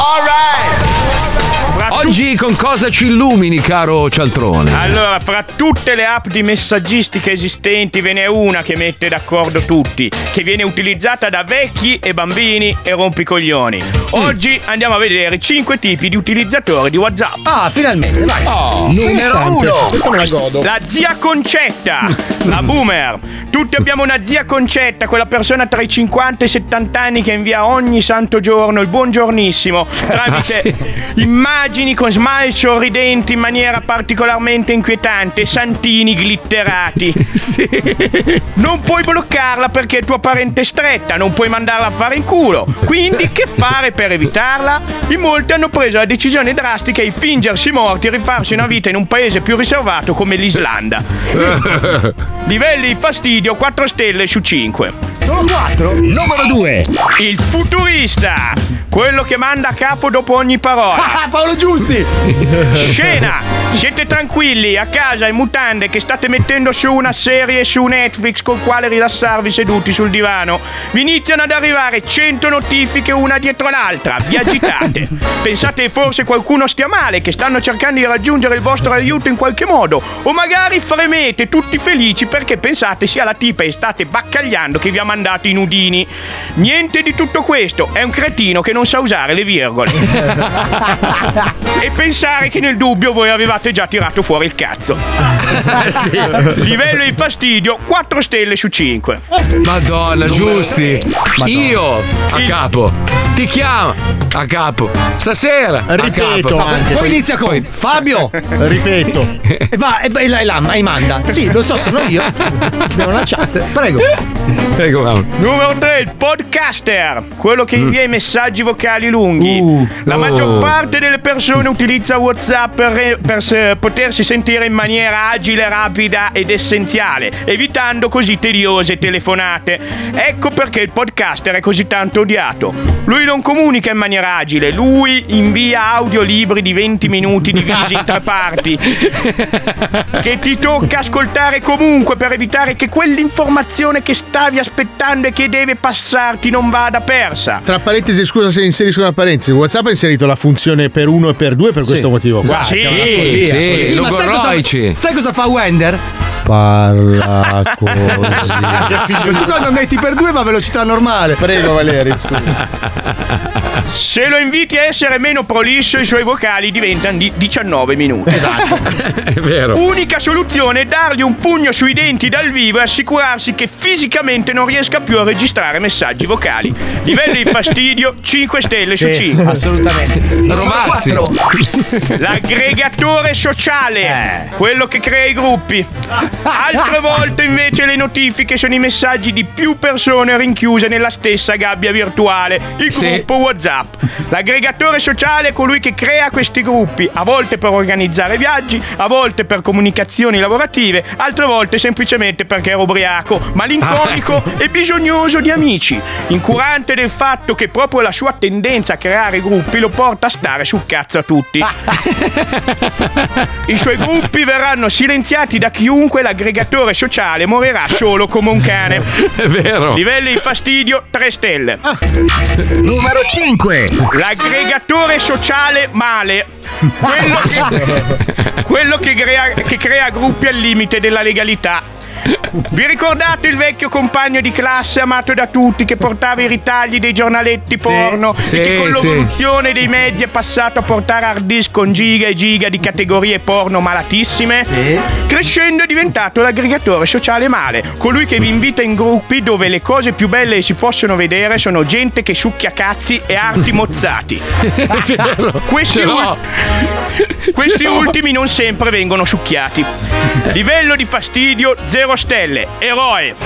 Oggi con cosa ci illumini, caro Cialtrone? Allora, fra tutte le app di messaggistica esistenti ve n'è una che mette d'accordo tutti, che viene utilizzata da vecchi e bambini e rompicoglioni. Oggi andiamo a vedere 5 tipi di utilizzatori di WhatsApp. Ah, finalmente, vai. Numero 1. Questa me la godo. La zia Concetta, la boomer. Tutti abbiamo una zia Concetta, quella persona tra i 50 e i 70 anni che invia ogni santo giorno il buongiornissimo tramite immagini con smile sorridenti in maniera particolarmente inquietante, santini glitterati. Sì. Non puoi bloccarla perché è tua parente stretta, non puoi mandarla a fare in culo. Quindi che fare per evitarla? In molti hanno preso la decisione drastica di fingersi morti e rifarsi una vita in un paese più riservato come l'Islanda. Livelli di fastidio 4 stelle su 5. Solo 4? Numero 2. Il futurista, quello che manda a capo dopo ogni parola. Ah, Paolo Giusti! Scena, siete tranquilli a casa in mutande che state mettendo su una serie su Netflix col quale rilassarvi seduti sul divano. Vi iniziano ad arrivare 100 notifiche una dietro l'altra, vi agitate. Pensate che forse qualcuno stia male, che stanno cercando di raggiungere il vostro aiuto in qualche modo, o magari fremete tutti felici perché pensate sia la tipa che state baccagliando che vi ha mandato i nudini. Niente di tutto questo, è un cretino che non sa usare le virgole. E pensare che nel dubbio voi avevate già tirato fuori il cazzo. Sì. Livello di fastidio 4 stelle su 5. Madonna, Giusti. Io a capo. Ti chiamo a capo. Stasera. Ripeto a capo. anche. Poi inizia con Fabio. Ripeto. E va, e manda. Sì, lo so, sono io. Abbiamo una chat. Prego. Prego, Mauro. Numero 3, il podcaster, quello che invia i messaggi vocali lunghi. La maggior parte delle persone utilizza WhatsApp per potersi sentire in maniera agile, rapida ed essenziale, evitando così tediose telefonate. Ecco perché il podcaster è così tanto odiato. Lui non comunica in maniera agile, lui invia audiolibri di 20 minuti divisi in 3 parti che ti tocca ascoltare comunque per evitare che quell'informazione che stavi aspettando e che deve passarti non vada persa. Tra parentesi, scusa se inserisco una parentesi, WhatsApp ha inserito la funzione per 1 e per 2 per questo motivo. Sì, ma sai cosa fa Wender? Parla così. Così quando metti per 2 va a velocità normale. Prego Valerio. Se lo inviti a essere meno prolisso, i suoi vocali diventano di 19 minuti. Esatto. È vero. Unica soluzione è dargli un pugno sui denti dal vivo e assicurarsi che fisicamente non riesca più a registrare messaggi vocali. Livello di fastidio 5 stelle su 5. Assolutamente. Rovazzi. L'aggregatore sociale, quello che crea i gruppi. Altre volte invece le notifiche sono i messaggi di più persone rinchiuse nella stessa gabbia virtuale, il gruppo WhatsApp. Meetup. L'aggregatore sociale è colui che crea questi gruppi, a volte per organizzare viaggi, a volte per comunicazioni lavorative, altre volte semplicemente perché era ubriaco, malinconico e bisognoso di amici, incurante del fatto che proprio la sua tendenza a creare gruppi lo porta a stare sul cazzo a tutti. I suoi gruppi verranno silenziati da chiunque, l'aggregatore sociale morirà solo come un cane. È vero. Livello di fastidio 3 stelle. Numero 5. L'aggregatore sociale male. Quello che crea gruppi al limite della legalità. Vi ricordate il vecchio compagno di classe amato da tutti che portava i ritagli dei giornaletti porno e che con l'evoluzione dei mezzi è passato a portare hard disk con giga e giga di categorie porno malatissime? Crescendo è diventato l'aggregatore sociale male, colui che vi invita in gruppi dove le cose più belle che si possono vedere sono gente che succhia cazzi e arti mozzati. Questi ultimi non sempre vengono succhiati. Livello di fastidio 0 stelle. Eroe.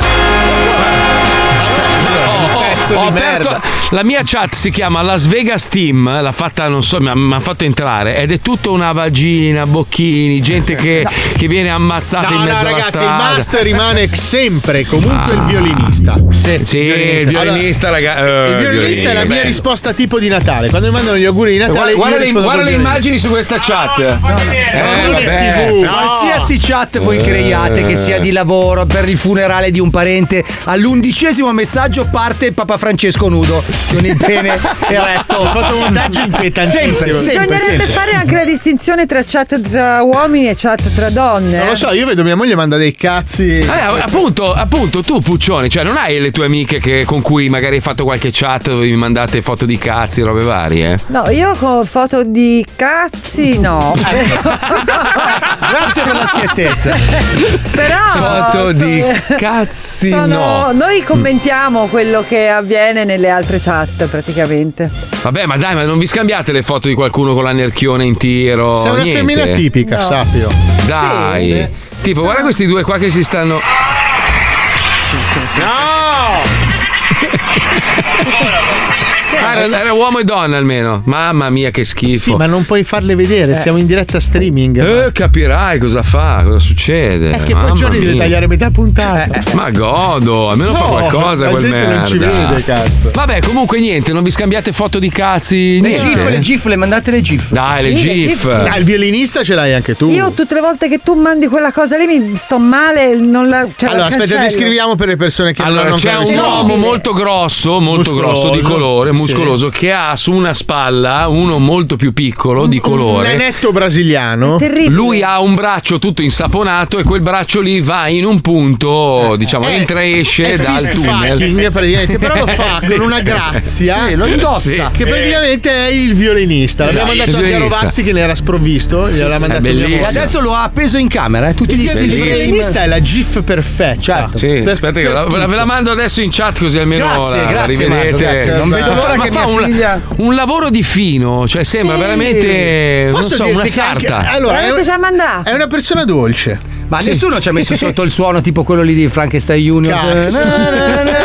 Ho aperto, la mia chat si chiama Las Vegas Team, l'ha fatta, non so, mi ha fatto entrare ed è tutta una vagina, bocchini, gente che viene ammazzata in mezzo alla strada. Ragazzi, il master rimane sempre comunque il violinista. Il violinista, il violinista è la mia risposta tipo di Natale. Quando mi mandano gli auguri di Natale, guarda le immagini su questa chat. Qualsiasi chat voi creiate, che sia di lavoro, per il funerale di un parente, all'11° messaggio parte Papa Francesco nudo con il pene eretto. Ho fatto un montaggio inquietantissimo. Bisognerebbe fare anche la distinzione tra chat tra uomini e chat tra donne. Non lo so, io vedo mia moglie manda dei cazzi. Appunto, tu Puccioni, cioè non hai le tue amiche con cui magari hai fatto qualche chat dove vi mandate foto di cazzi, robe varie? No, io con foto di cazzi no. Grazie per la schiettezza. Però foto di cazzi no. Noi commentiamo quello che avviene nelle altre chat praticamente. Vabbè, ma dai, ma non vi scambiate le foto di qualcuno con la nerchione in tiro? Sei una femmina tipica, sappilo. Dai. Sì. Tipo, guarda questi due qua che si stanno. No! Era uomo e donna almeno. Mamma mia, che schifo. Sì, ma non puoi farle vedere, siamo in diretta streaming. Capirai cosa succede. Che poi giorni devi tagliare metà puntata. Ma godo, almeno fa qualcosa quel merda. Non ci vede, cazzo. Vabbè, comunque niente, non vi scambiate foto di cazzi. Le gif, le mandate le gif. Dai, le gif. Il violinista ce l'hai anche tu. Io tutte le volte che tu mandi quella cosa lì mi sto male, non la. Allora, aspetta, descriviamo per le persone che non c'è un uomo molto grosso di colore, muscoloso, che ha su una spalla uno molto più piccolo di colore. Un nenetto brasiliano. Lui ha un braccio tutto insaponato e quel braccio lì va in un punto, diciamo, entra e esce dal tunnel. Praticamente, però lo fa con una grazia. Sì, lo indossa. Che praticamente è il violinista. L'abbiamo mandato anche a Rovazzi che ne era sprovvisto. Gliel'ha mandato e adesso lo ha appeso in camera. Tutti gli stili. Il violinista è la GIF perfetta. Certo. Sì, aspetta che ve la mando adesso in chat così almeno la rivedete. Marco, non vedo l'ora che mia figlia. Un lavoro di fino, cioè sembra veramente una sarta. Allora, è una persona dolce. Ma nessuno ci ha messo sotto il suono tipo quello lì di Frankenstein Junior.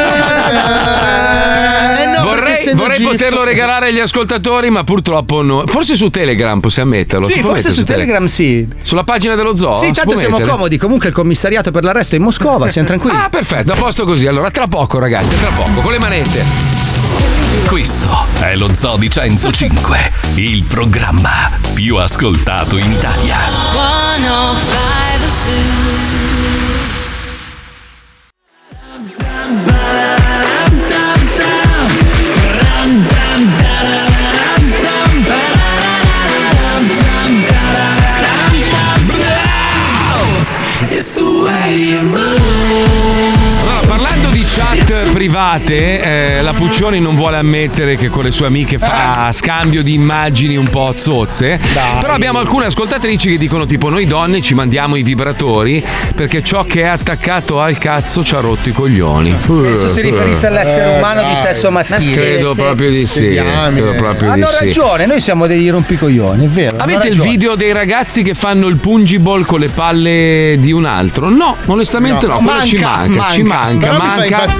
Vorrei poterlo regalare agli ascoltatori, ma purtroppo no. Forse su Telegram possiamo metterlo. Sì, forse su Telegram sì. Sulla pagina dello zoo? Sì, tanto siamo comodi. Comunque il commissariato per l'arresto è in Moscova, siamo tranquilli. Ah, perfetto, a posto così. Allora, tra poco, ragazzi, tra poco, con le manette. Questo è lo Zoo di 105, il programma più ascoltato in Italia. 105 Allora, parlando di chat private, la Puccioni non vuole ammettere che con le sue amiche fa scambio di immagini un po' zozze. Però abbiamo alcune ascoltatrici che dicono tipo: noi donne ci mandiamo i vibratori perché ciò che è attaccato al cazzo ci ha rotto i coglioni. Penso si riferisse all'essere umano di sesso maschile. Credo proprio di sì. Hanno ragione, noi siamo degli rompicoglioni, è vero. Avete il video dei ragazzi che fanno il pungible con le palle di un altro? No, onestamente no, quello ci manca. Però mi fa impazzire perché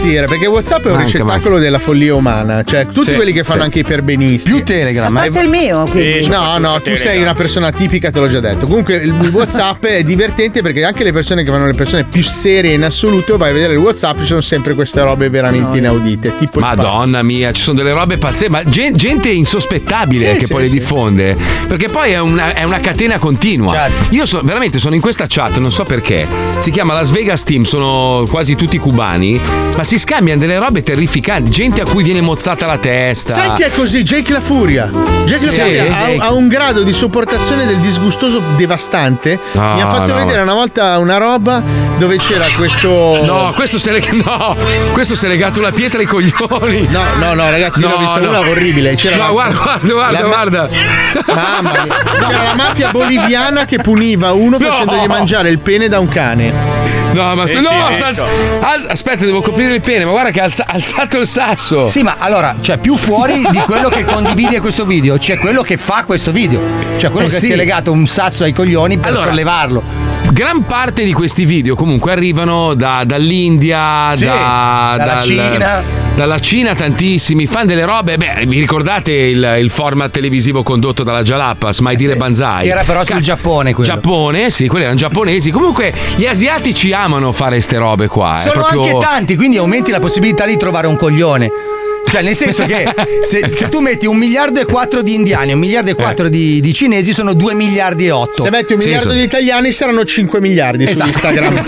WhatsApp è un ricettacolo della follia umana. Cioè, tutti quelli che fanno anche i perbenisti. Più Telegram. A parte il mio, quindi. No, tu sei una persona tipica, te l'ho già detto. Comunque il WhatsApp è divertente perché anche le persone che vanno le persone più serie in assoluto, vai a vedere il WhatsApp, ci sono sempre queste robe veramente inaudite. Tipo Madonna mia, ci sono delle robe pazzesche, ma gente insospettabile che poi le diffonde. Perché poi è una catena continua. Certo. Io veramente sono in questa chat, non so perché. Si chiama Las Vegas Team, sono quasi tutti cubani, ma si scambiano delle robe terrificanti. Gente a cui viene mozzata la testa. Sai chi è così? Jake La Furia. Jake La Furia ha un grado di sopportazione del disgustoso devastante. Mi ha fatto vedere una volta una roba dove c'era questo. No, questo si è legato una pietra ai coglioni. No, ragazzi, io l'ho vista una orribile. C'era guarda. Mamma mia. C'era la mafia boliviana che puniva uno facendogli mangiare il pene da un cane. No, ma aspetta, devo coprire il pene, ma guarda che ha alzato il sasso. Sì, ma allora, cioè, più fuori di quello che condivide questo video, c'è quello che fa questo video. Cioè quello che si è legato un sasso ai coglioni per sollevarlo. Gran parte di questi video comunque arrivano dall'India, dalla Cina. Dalla Cina tantissimi, fan delle robe. Beh, vi ricordate il format televisivo condotto dalla Jalapas, Mai dire Banzai? Che era però sul Giappone quello. Giappone, sì, quelli erano giapponesi. Comunque gli asiatici amano fare ste robe qua. Sono anche tanti, quindi aumenti la possibilità di trovare un coglione. Cioè, nel senso che se tu metti 1,4 miliardi di indiani, 1,4 miliardi di cinesi, sono 2,8 miliardi. Se metti 1 miliardo di italiani saranno 5 miliardi su Instagram.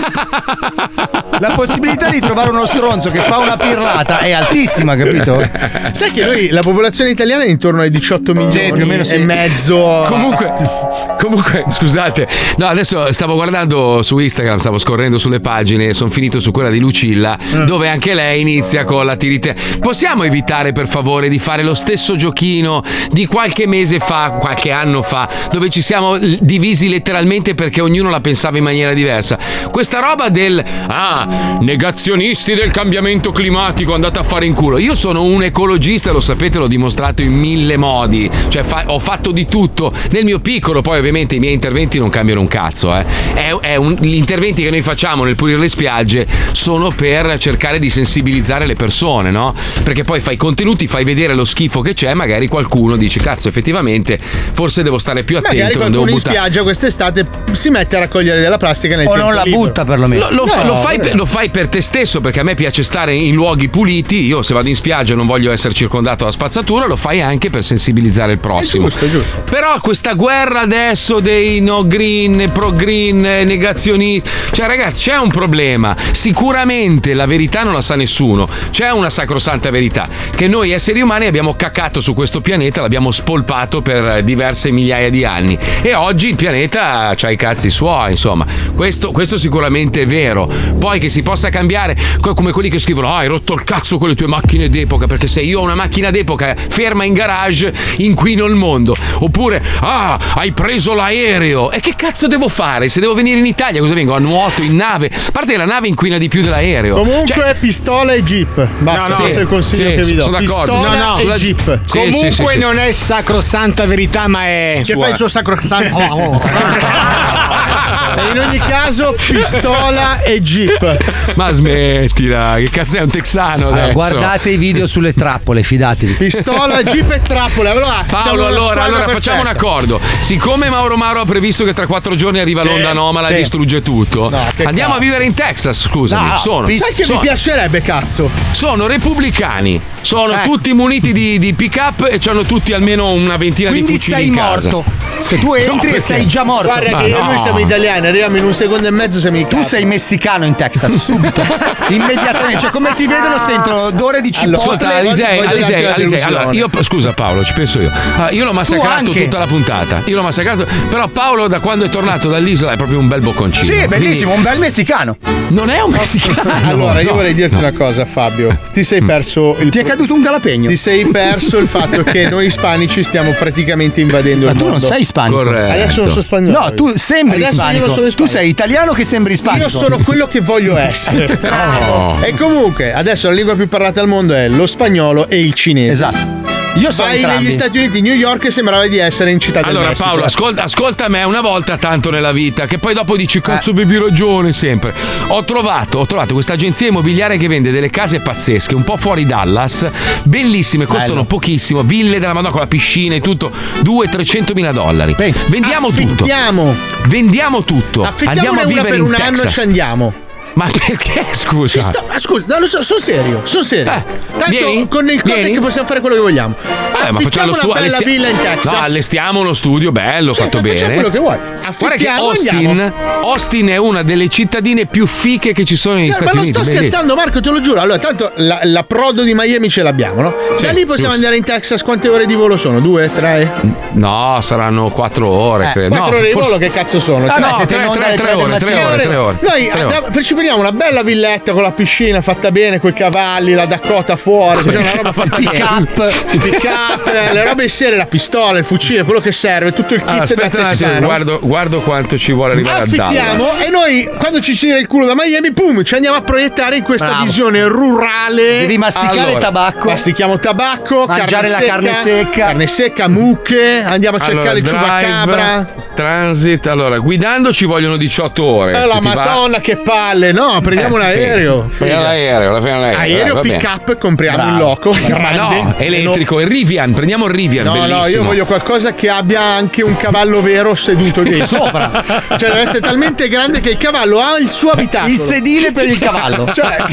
La possibilità di trovare uno stronzo che fa una pirlata è altissima, capito? Sai che noi, la popolazione italiana è intorno ai 18 milioni più o meno e mezzo. Comunque, scusate, no, adesso stavo guardando su Instagram, stavo scorrendo sulle pagine, sono finito su quella di Lucilla, dove anche lei inizia con la tirite. Possiamo evitare per favore di fare lo stesso giochino di qualche mese fa, qualche anno fa, dove ci siamo divisi letteralmente perché ognuno la pensava in maniera diversa? Questa roba del negazionisti del cambiamento climatico, andate a fare in culo. Io sono un ecologista, lo sapete, l'ho dimostrato in 1000 modi, cioè ho fatto di tutto nel mio piccolo. Poi ovviamente i miei interventi non cambiano un cazzo, gli interventi che noi facciamo nel pulire le spiagge sono per cercare di sensibilizzare le persone, no? Perché poi fai contenuti, fai vedere lo schifo che c'è, magari qualcuno dice cazzo, effettivamente forse devo stare più attento. Magari qualcuno in spiaggia quest'estate si mette a raccogliere della plastica nel tempo libero. O non la butta perlomeno. Lo fai per te stesso, perché a me piace stare in luoghi puliti. Io se vado in spiaggia non voglio essere circondato da spazzatura. Lo fai anche per sensibilizzare il prossimo. È giusto. Però questa guerra adesso dei no green, pro green, negazionisti, cioè ragazzi, c'è un problema. Sicuramente la verità non la sa nessuno. C'è una sacrosanta verità, che noi esseri umani abbiamo cacato su questo pianeta, l'abbiamo spolpato per diverse migliaia di anni e oggi il pianeta c'ha i cazzi suoi, insomma. Questo sicuramente è vero. Poi che si possa cambiare, come quelli che scrivono hai rotto il cazzo con le tue macchine d'epoca, perché se io ho una macchina d'epoca ferma in garage inquino il mondo. Oppure hai preso l'aereo, e che cazzo devo fare? Se devo venire in Italia cosa vengo? A nuoto, in nave? A parte che la nave inquina di più dell'aereo. Comunque pistola e jeep. Basta, questo è il consiglio che vi do. Sono d'accordo. Pistola e jeep. Comunque non è sacrosanta verità, ma è che fa il suo sacrosanto. In ogni caso, pistola e jeep. Ma smettila, che cazzo è un texano adesso? Guardate i video sulle trappole, fidatevi. Pistola, jeep e trappole. Allora, Paolo, allora facciamo un accordo. Siccome Mauro ha previsto che tra 4 giorni arriva l'onda anomala e distrugge tutto, andiamo a vivere in Texas, scusami. Sai che mi piacerebbe, cazzo? Sono repubblicani, sono tutti muniti di pick up e hanno tutti almeno una ventina di fucili in casa. Quindi sei morto. Se tu entri sei già morto. Guarda che noi siamo italiani, arriviamo in 1 secondo e mezzo, siamo in casa. Tu sei messicano in Texas, subito. Immediatamente, cioè come ti vedono sentono odore di cipotle. Ascolta, Alisei, allora scusa Paolo, ci penso io. Io l'ho massacrato tutta la puntata. Io l'ho massacrato, però Paolo da quando è tornato dall'isola è proprio un bel bocconcino. Sì, è bellissimo, un bel messicano. Non è un messicano. Allora, io vorrei dirti una cosa, Fabio. Ti sei perso Ti è caduto un galapegno. Ti sei perso il fatto che noi ispanici stiamo praticamente invadendo il mondo. Ma tu non sei ispanico. Corretto. Adesso non sono spagnolo. No, tu sembri ispanico. Tu sei italiano che sembri ispanico. Io sono quello che voglio essere. E comunque, adesso la lingua più parlata al mondo è lo spagnolo e il cinese. Esatto. vai negli Stati Uniti, New York, e sembrava di essere in Città del Messico. Allora Paolo, ascolta me una volta tanto nella vita, che poi dopo dici cazzo avevi ragione sempre. Ho trovato questa agenzia immobiliare che vende delle case pazzesche, un po' fuori Dallas, bellissime, costano pochissimo, ville della Madonna con la piscina e tutto, $200.000. Vendiamo tutto. Andiamo a vivere per in un Texas. anno, ci andiamo. Ma perché, scusa? Scusa, no, sono serio. Tanto vieni? con il Codec possiamo fare quello che vogliamo. Ma facciamo una bella villa in Texas. No, allestiamo uno studio bello, fatto bene. Facciamo quello che vuoi. Guarda che Austin è una delle cittadine più fiche che ci sono negli Stati Uniti. Ma non sto scherzando, Marco, te lo giuro. Allora, tanto l'approdo di Miami ce l'abbiamo, no? Da lì possiamo andare in Texas. Quante ore di volo sono? 2, 3? No, saranno 4 ore, credo. 4 ore di volo che cazzo sono? Siete in onda alle 3 ore. Noi percepiamo una bella villetta con la piscina fatta bene, coi cavalli, la Dakota fuori, una roba fatta bene. Pick up, le robe serie, la pistola, il fucile, quello che serve, tutto il kit aspetta da texano. Guardo quanto ci vuole arrivare a Dallas. Affittiamo e noi quando ci gira il culo da Miami, ci andiamo a proiettare in questa visione rurale. Devi masticare tabacco. Mastichiamo tabacco, mangiare carne secca. Carne secca, mucche, andiamo a cercare il ciubacabra. Transit, guidando ci vogliono 18 ore. La Madonna, che palle, no? Prendiamo un aereo. Aereo pick up, compriamo in loco. No, elettrico, il Rivian, prendiamo il Rivian. No, io voglio qualcosa che abbia anche un cavallo vero seduto lì sopra. Cioè deve essere talmente grande che il cavallo ha il suo abitacolo. Il sedile per il cavallo.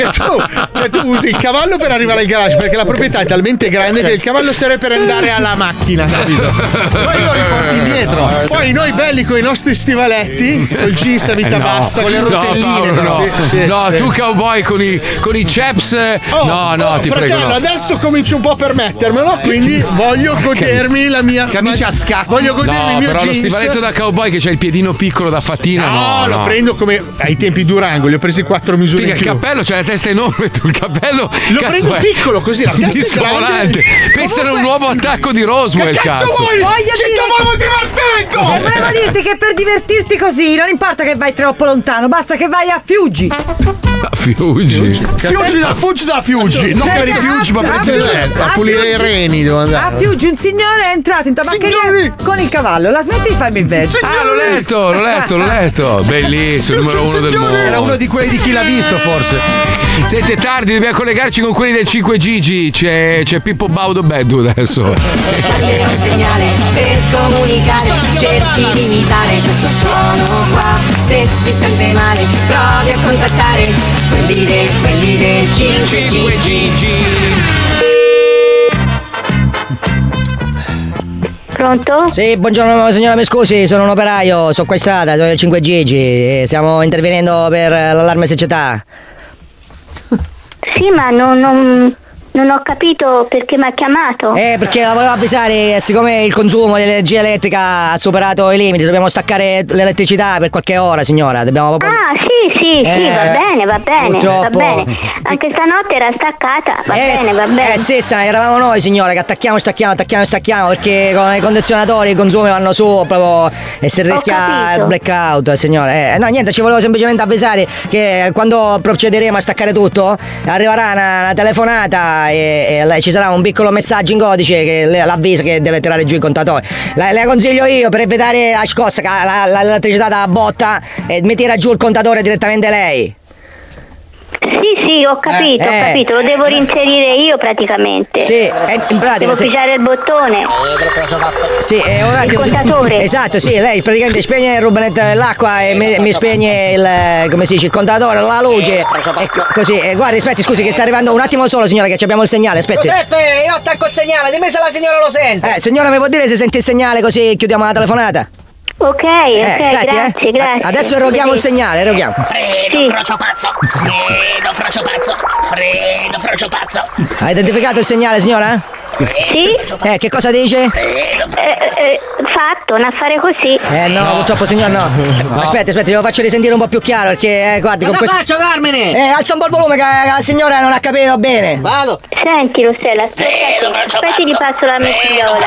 tu usi il cavallo per arrivare al garage, perché la proprietà è talmente grande che il cavallo serve per andare alla macchina, capito? Poi lo riporti indietro. Poi noi belli con i nostri stivaletti, col jeans a vita bassa, con le roselline. Tu cowboy con i chaps. Ti fratello, prego. adesso comincio un po' a permettermelo, quindi voglio godermi la mia camicia a scacco. Voglio godermi il mio però jeans. Lo stivaletto da cowboy che c'ha il piedino piccolo da fattina. No, lo prendo come ai tempi Durango, li ho presi 4 misure in più. Il cappello, c'è la testa enorme, tu il cappello. Lo prendo piccolo così, la testa è grande. Pensa a un nuovo attacco di Roswell, cazzo. Ci stavamo divertendo! Volevo dirti che per divertirti così non importa che vai troppo lontano, basta che vai a Fiuggi. Fuggi da Fiuggi, non per i Fiuggi, ma per a pulire i reni devo andare. A Fiuggi un signore è entrato in tabaccheria con il cavallo. La smetti di farmi il verso? L'ho letto. Bellissimo, numero 1 del mondo. Era uno di quelli di Chi l'ha visto, forse. Siete tardi, dobbiamo collegarci con quelli del 5 Gigi. C'è Pippo Baudo Beddu adesso. Prendere un segnale per comunicare, cerchi di imitare questo suono qua. Se si sente male, provi a contattare quelli del 5 Gigi. Pronto? Sì, buongiorno signora, mi scusi, sono un operaio, sono qua in strada, sono del 5 Gigi, stiamo intervenendo per l'allarme siccità. Sì, ma non ho capito perché mi ha chiamato. Perché la volevo avvisare, siccome il consumo di energia elettrica ha superato i limiti, dobbiamo staccare l'elettricità per qualche ora, signora. Dobbiamo proprio... Sì, va bene. Purtroppo... Va bene. Anche stanotte era staccata, va bene. Sì, eravamo noi, signora, che attacchiamo, perché con i condizionatori i consumi vanno su proprio e si rischia il blackout, signora. No, niente, ci volevo semplicemente avvisare che quando procederemo a staccare tutto arriverà una telefonata e ci sarà un piccolo messaggio in codice che l'avvisa che deve tirare giù il contatore. Le consiglio io, per evitare la scossa, l'elettricità da botta, e mi tira giù il contatore direttamente lei. Sì, ho capito, lo devo reinserire io praticamente. Sì, in pratica devo pigiare il bottone. Sì, il contatore. Esatto, sì, lei praticamente spegne il rubinetto dell'acqua e mi spegne il contatore, la luce. Così, guardi, aspetti, scusi che sta arrivando un attimo solo, signora, che abbiamo il segnale, aspetti. Giuseppe, io attacco il segnale, dimmi se la signora lo sente. Signora, mi può dire se sente il segnale così chiudiamo la telefonata? Ok, aspetti, grazie. Adesso eroghiamo il segnale, Freddo frocio pazzo. Ha identificato il segnale, signora? Sì. Che cosa dice? Fatto, un affare così. No, purtroppo signora no. Aspetti, lo faccio risentire un po' più chiaro perché guardi cosa con questo... faccio, Carmine? Alza un po' il volume che la signora non ha capito bene. Vado. Sentilo, Stella, aspetti ti passo la mezz'ora.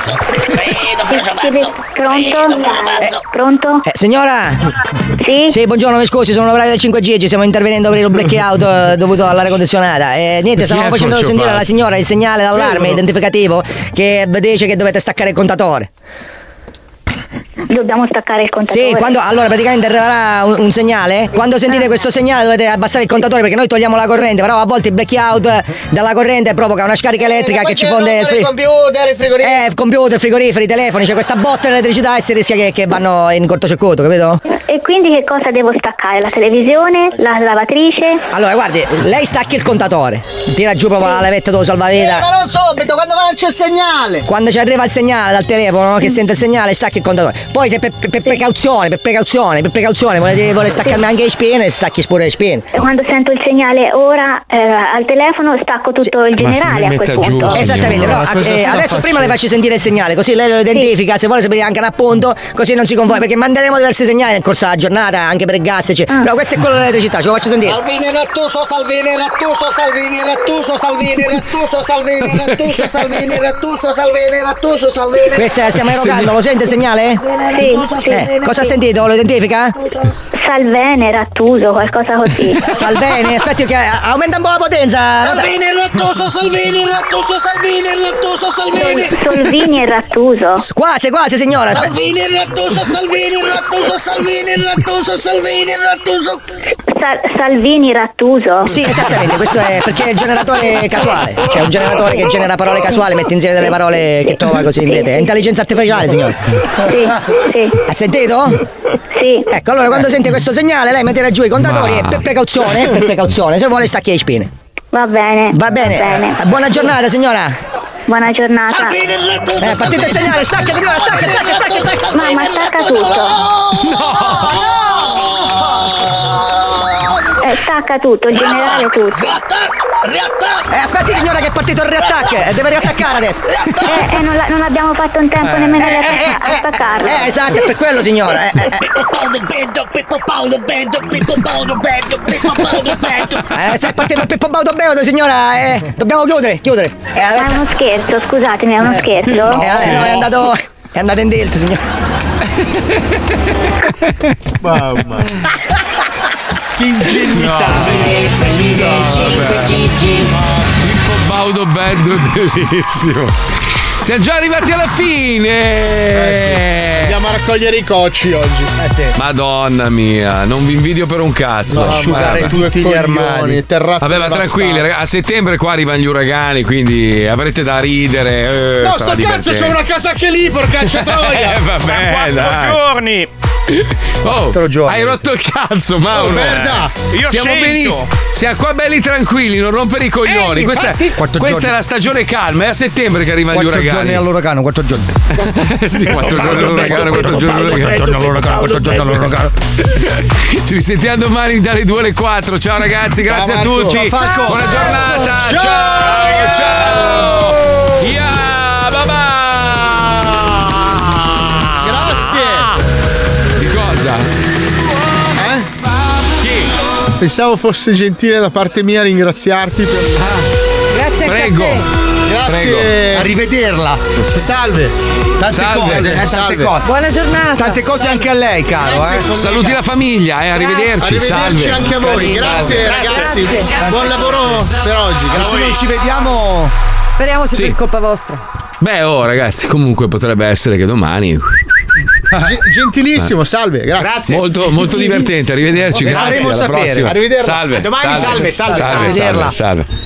Pronto? Signora? Sì? Sì, buongiorno, mi scusi, sono un operaio del 5 Gigi, stiamo intervenendo per il blackout dovuto all'aria condizionata. Niente, stavamo facendo sentire alla signora il segnale d'allarme identificativo che dice che dovete staccare il contatore. Dobbiamo staccare il contatore. Sì, allora praticamente arriverà un segnale. Quando sentite questo segnale dovete abbassare il contatore, perché noi togliamo la corrente, però a volte il blackout della corrente provoca una scarica elettrica che ci fonde il computer, frigoriferi, telefoni, c'è questa botta di elettricità e si rischia che vanno in cortocircuito, capito? E quindi che cosa devo staccare? La televisione? La lavatrice? Allora guardi, lei stacchi il contatore, tira giù proprio la levetta dello salvavita. Ma non subito, quando lancia il segnale. Quando ci arriva il segnale dal telefono, che sente il segnale, stacchi il contatore. Poi se per precauzione vuole staccarmi anche le spine, stacchi pure le spine. E quando sento il segnale ora al telefono stacco tutto il generale a quel punto. Esattamente, però adesso prima le faccio sentire il segnale, così lei lo identifica, se vuole sapere anche un appunto, così non si confonde, perché manderemo diversi segnali nel corso della giornata, anche per il gas, eccetera. Però questo è quello dell'elettricità, ce lo faccio sentire. Salvini Rattuso, Salvini Rattuso, Salvini Rattuso, Salvini Rattuso, Salvini Rattuso, Salvini Rattuso, Salvini Rattuso, Salvini. Questa stiamo erogando, lo sente il segnale? Sì. Cosa ha sentito? Lo identifica? Salvene, Rattuso, qualcosa così. Salvene, aspetti che aumenta un po' la potenza. Salvini Rattuso, Salvini Rattuso, Salvini Rattuso, Salvini. Salvini e Rattuso. Quasi signora. Salvini Rattuso, Salvini Rattuso, Salvini Rattuso, Salvini Rattuso. Salvini Rattuso. Sì, esattamente, questo è perché è il generatore casuale. Cioè un generatore che genera parole casuali, mette insieme delle parole che trova così in rete. È intelligenza artificiale, signore. Sì. Ha sentito? Sì. Ecco, allora quando sente questo segnale lei metterà giù i contatori e per precauzione, se vuole stacchi le spine. Va bene. Buona giornata, signora. Buona giornata. Partite il segnale, stacca signora, stacca. Mamma, stacca tutto. Stacca tutto, il generale tutto. Aspetti signora che è partito il riattack, deve riattaccare adesso. Non abbiamo fatto in tempo nemmeno a staccarlo. Esatto, è per quello signora. Se è partito il Pippo Baudo Beodo signora, dobbiamo chiudere. È uno scherzo, scusatemi, è uno scherzo. No, è andato in delta signora. Mamma. Che ingenuità. Quelli del 5GG. Pippo Baudo Band, bellissimo. Siamo già arrivati alla fine. Andiamo a raccogliere i cocci oggi. Madonna mia, non vi invidio per un cazzo. Asciugare tutti gli armadi. Vabbè, ma tranquilli, ragazzi, a settembre qua arrivano gli uragani, quindi avrete da ridere. No, sto cazzo, c'è una casacca lì, porcaccia troia. Vabbè, 4 giorni. Hai rotto il cazzo, Mauro. Merda. Io stiamo sento. benissimo. Siamo qua belli tranquilli, non rompere i coglioni. Questa è la stagione calma, è a settembre che arrivano gli uragani. 4 giorni all'uragano, 4 giorni. Sì, 4 giorni all'uragano, 4 giorni all'uragano. Ci risentiamo domani dalle 2 alle 4. Ciao ragazzi, grazie a tutti. Buona giornata. Ciao. Yeah, bye bye. Pensavo fosse gentile da parte mia ringraziarti per... Grazie Prego. a te. Grazie. Prego. Arrivederla. Salve. Tante cose. Buona giornata. Tante cose anche a lei, caro. Saluti la famiglia, arrivederci. Arrivederci anche a voi. Grazie ragazzi. Buon lavoro per oggi. Se non ci vediamo. Speriamo sia per colpa vostra. Beh, ragazzi, comunque potrebbe essere che domani. Gentilissimo, salve, grazie. Molto divertente, arrivederci, grazie. Faremo alla sapere. prossima. Arrivederla. Salve. Domani salve. Salve.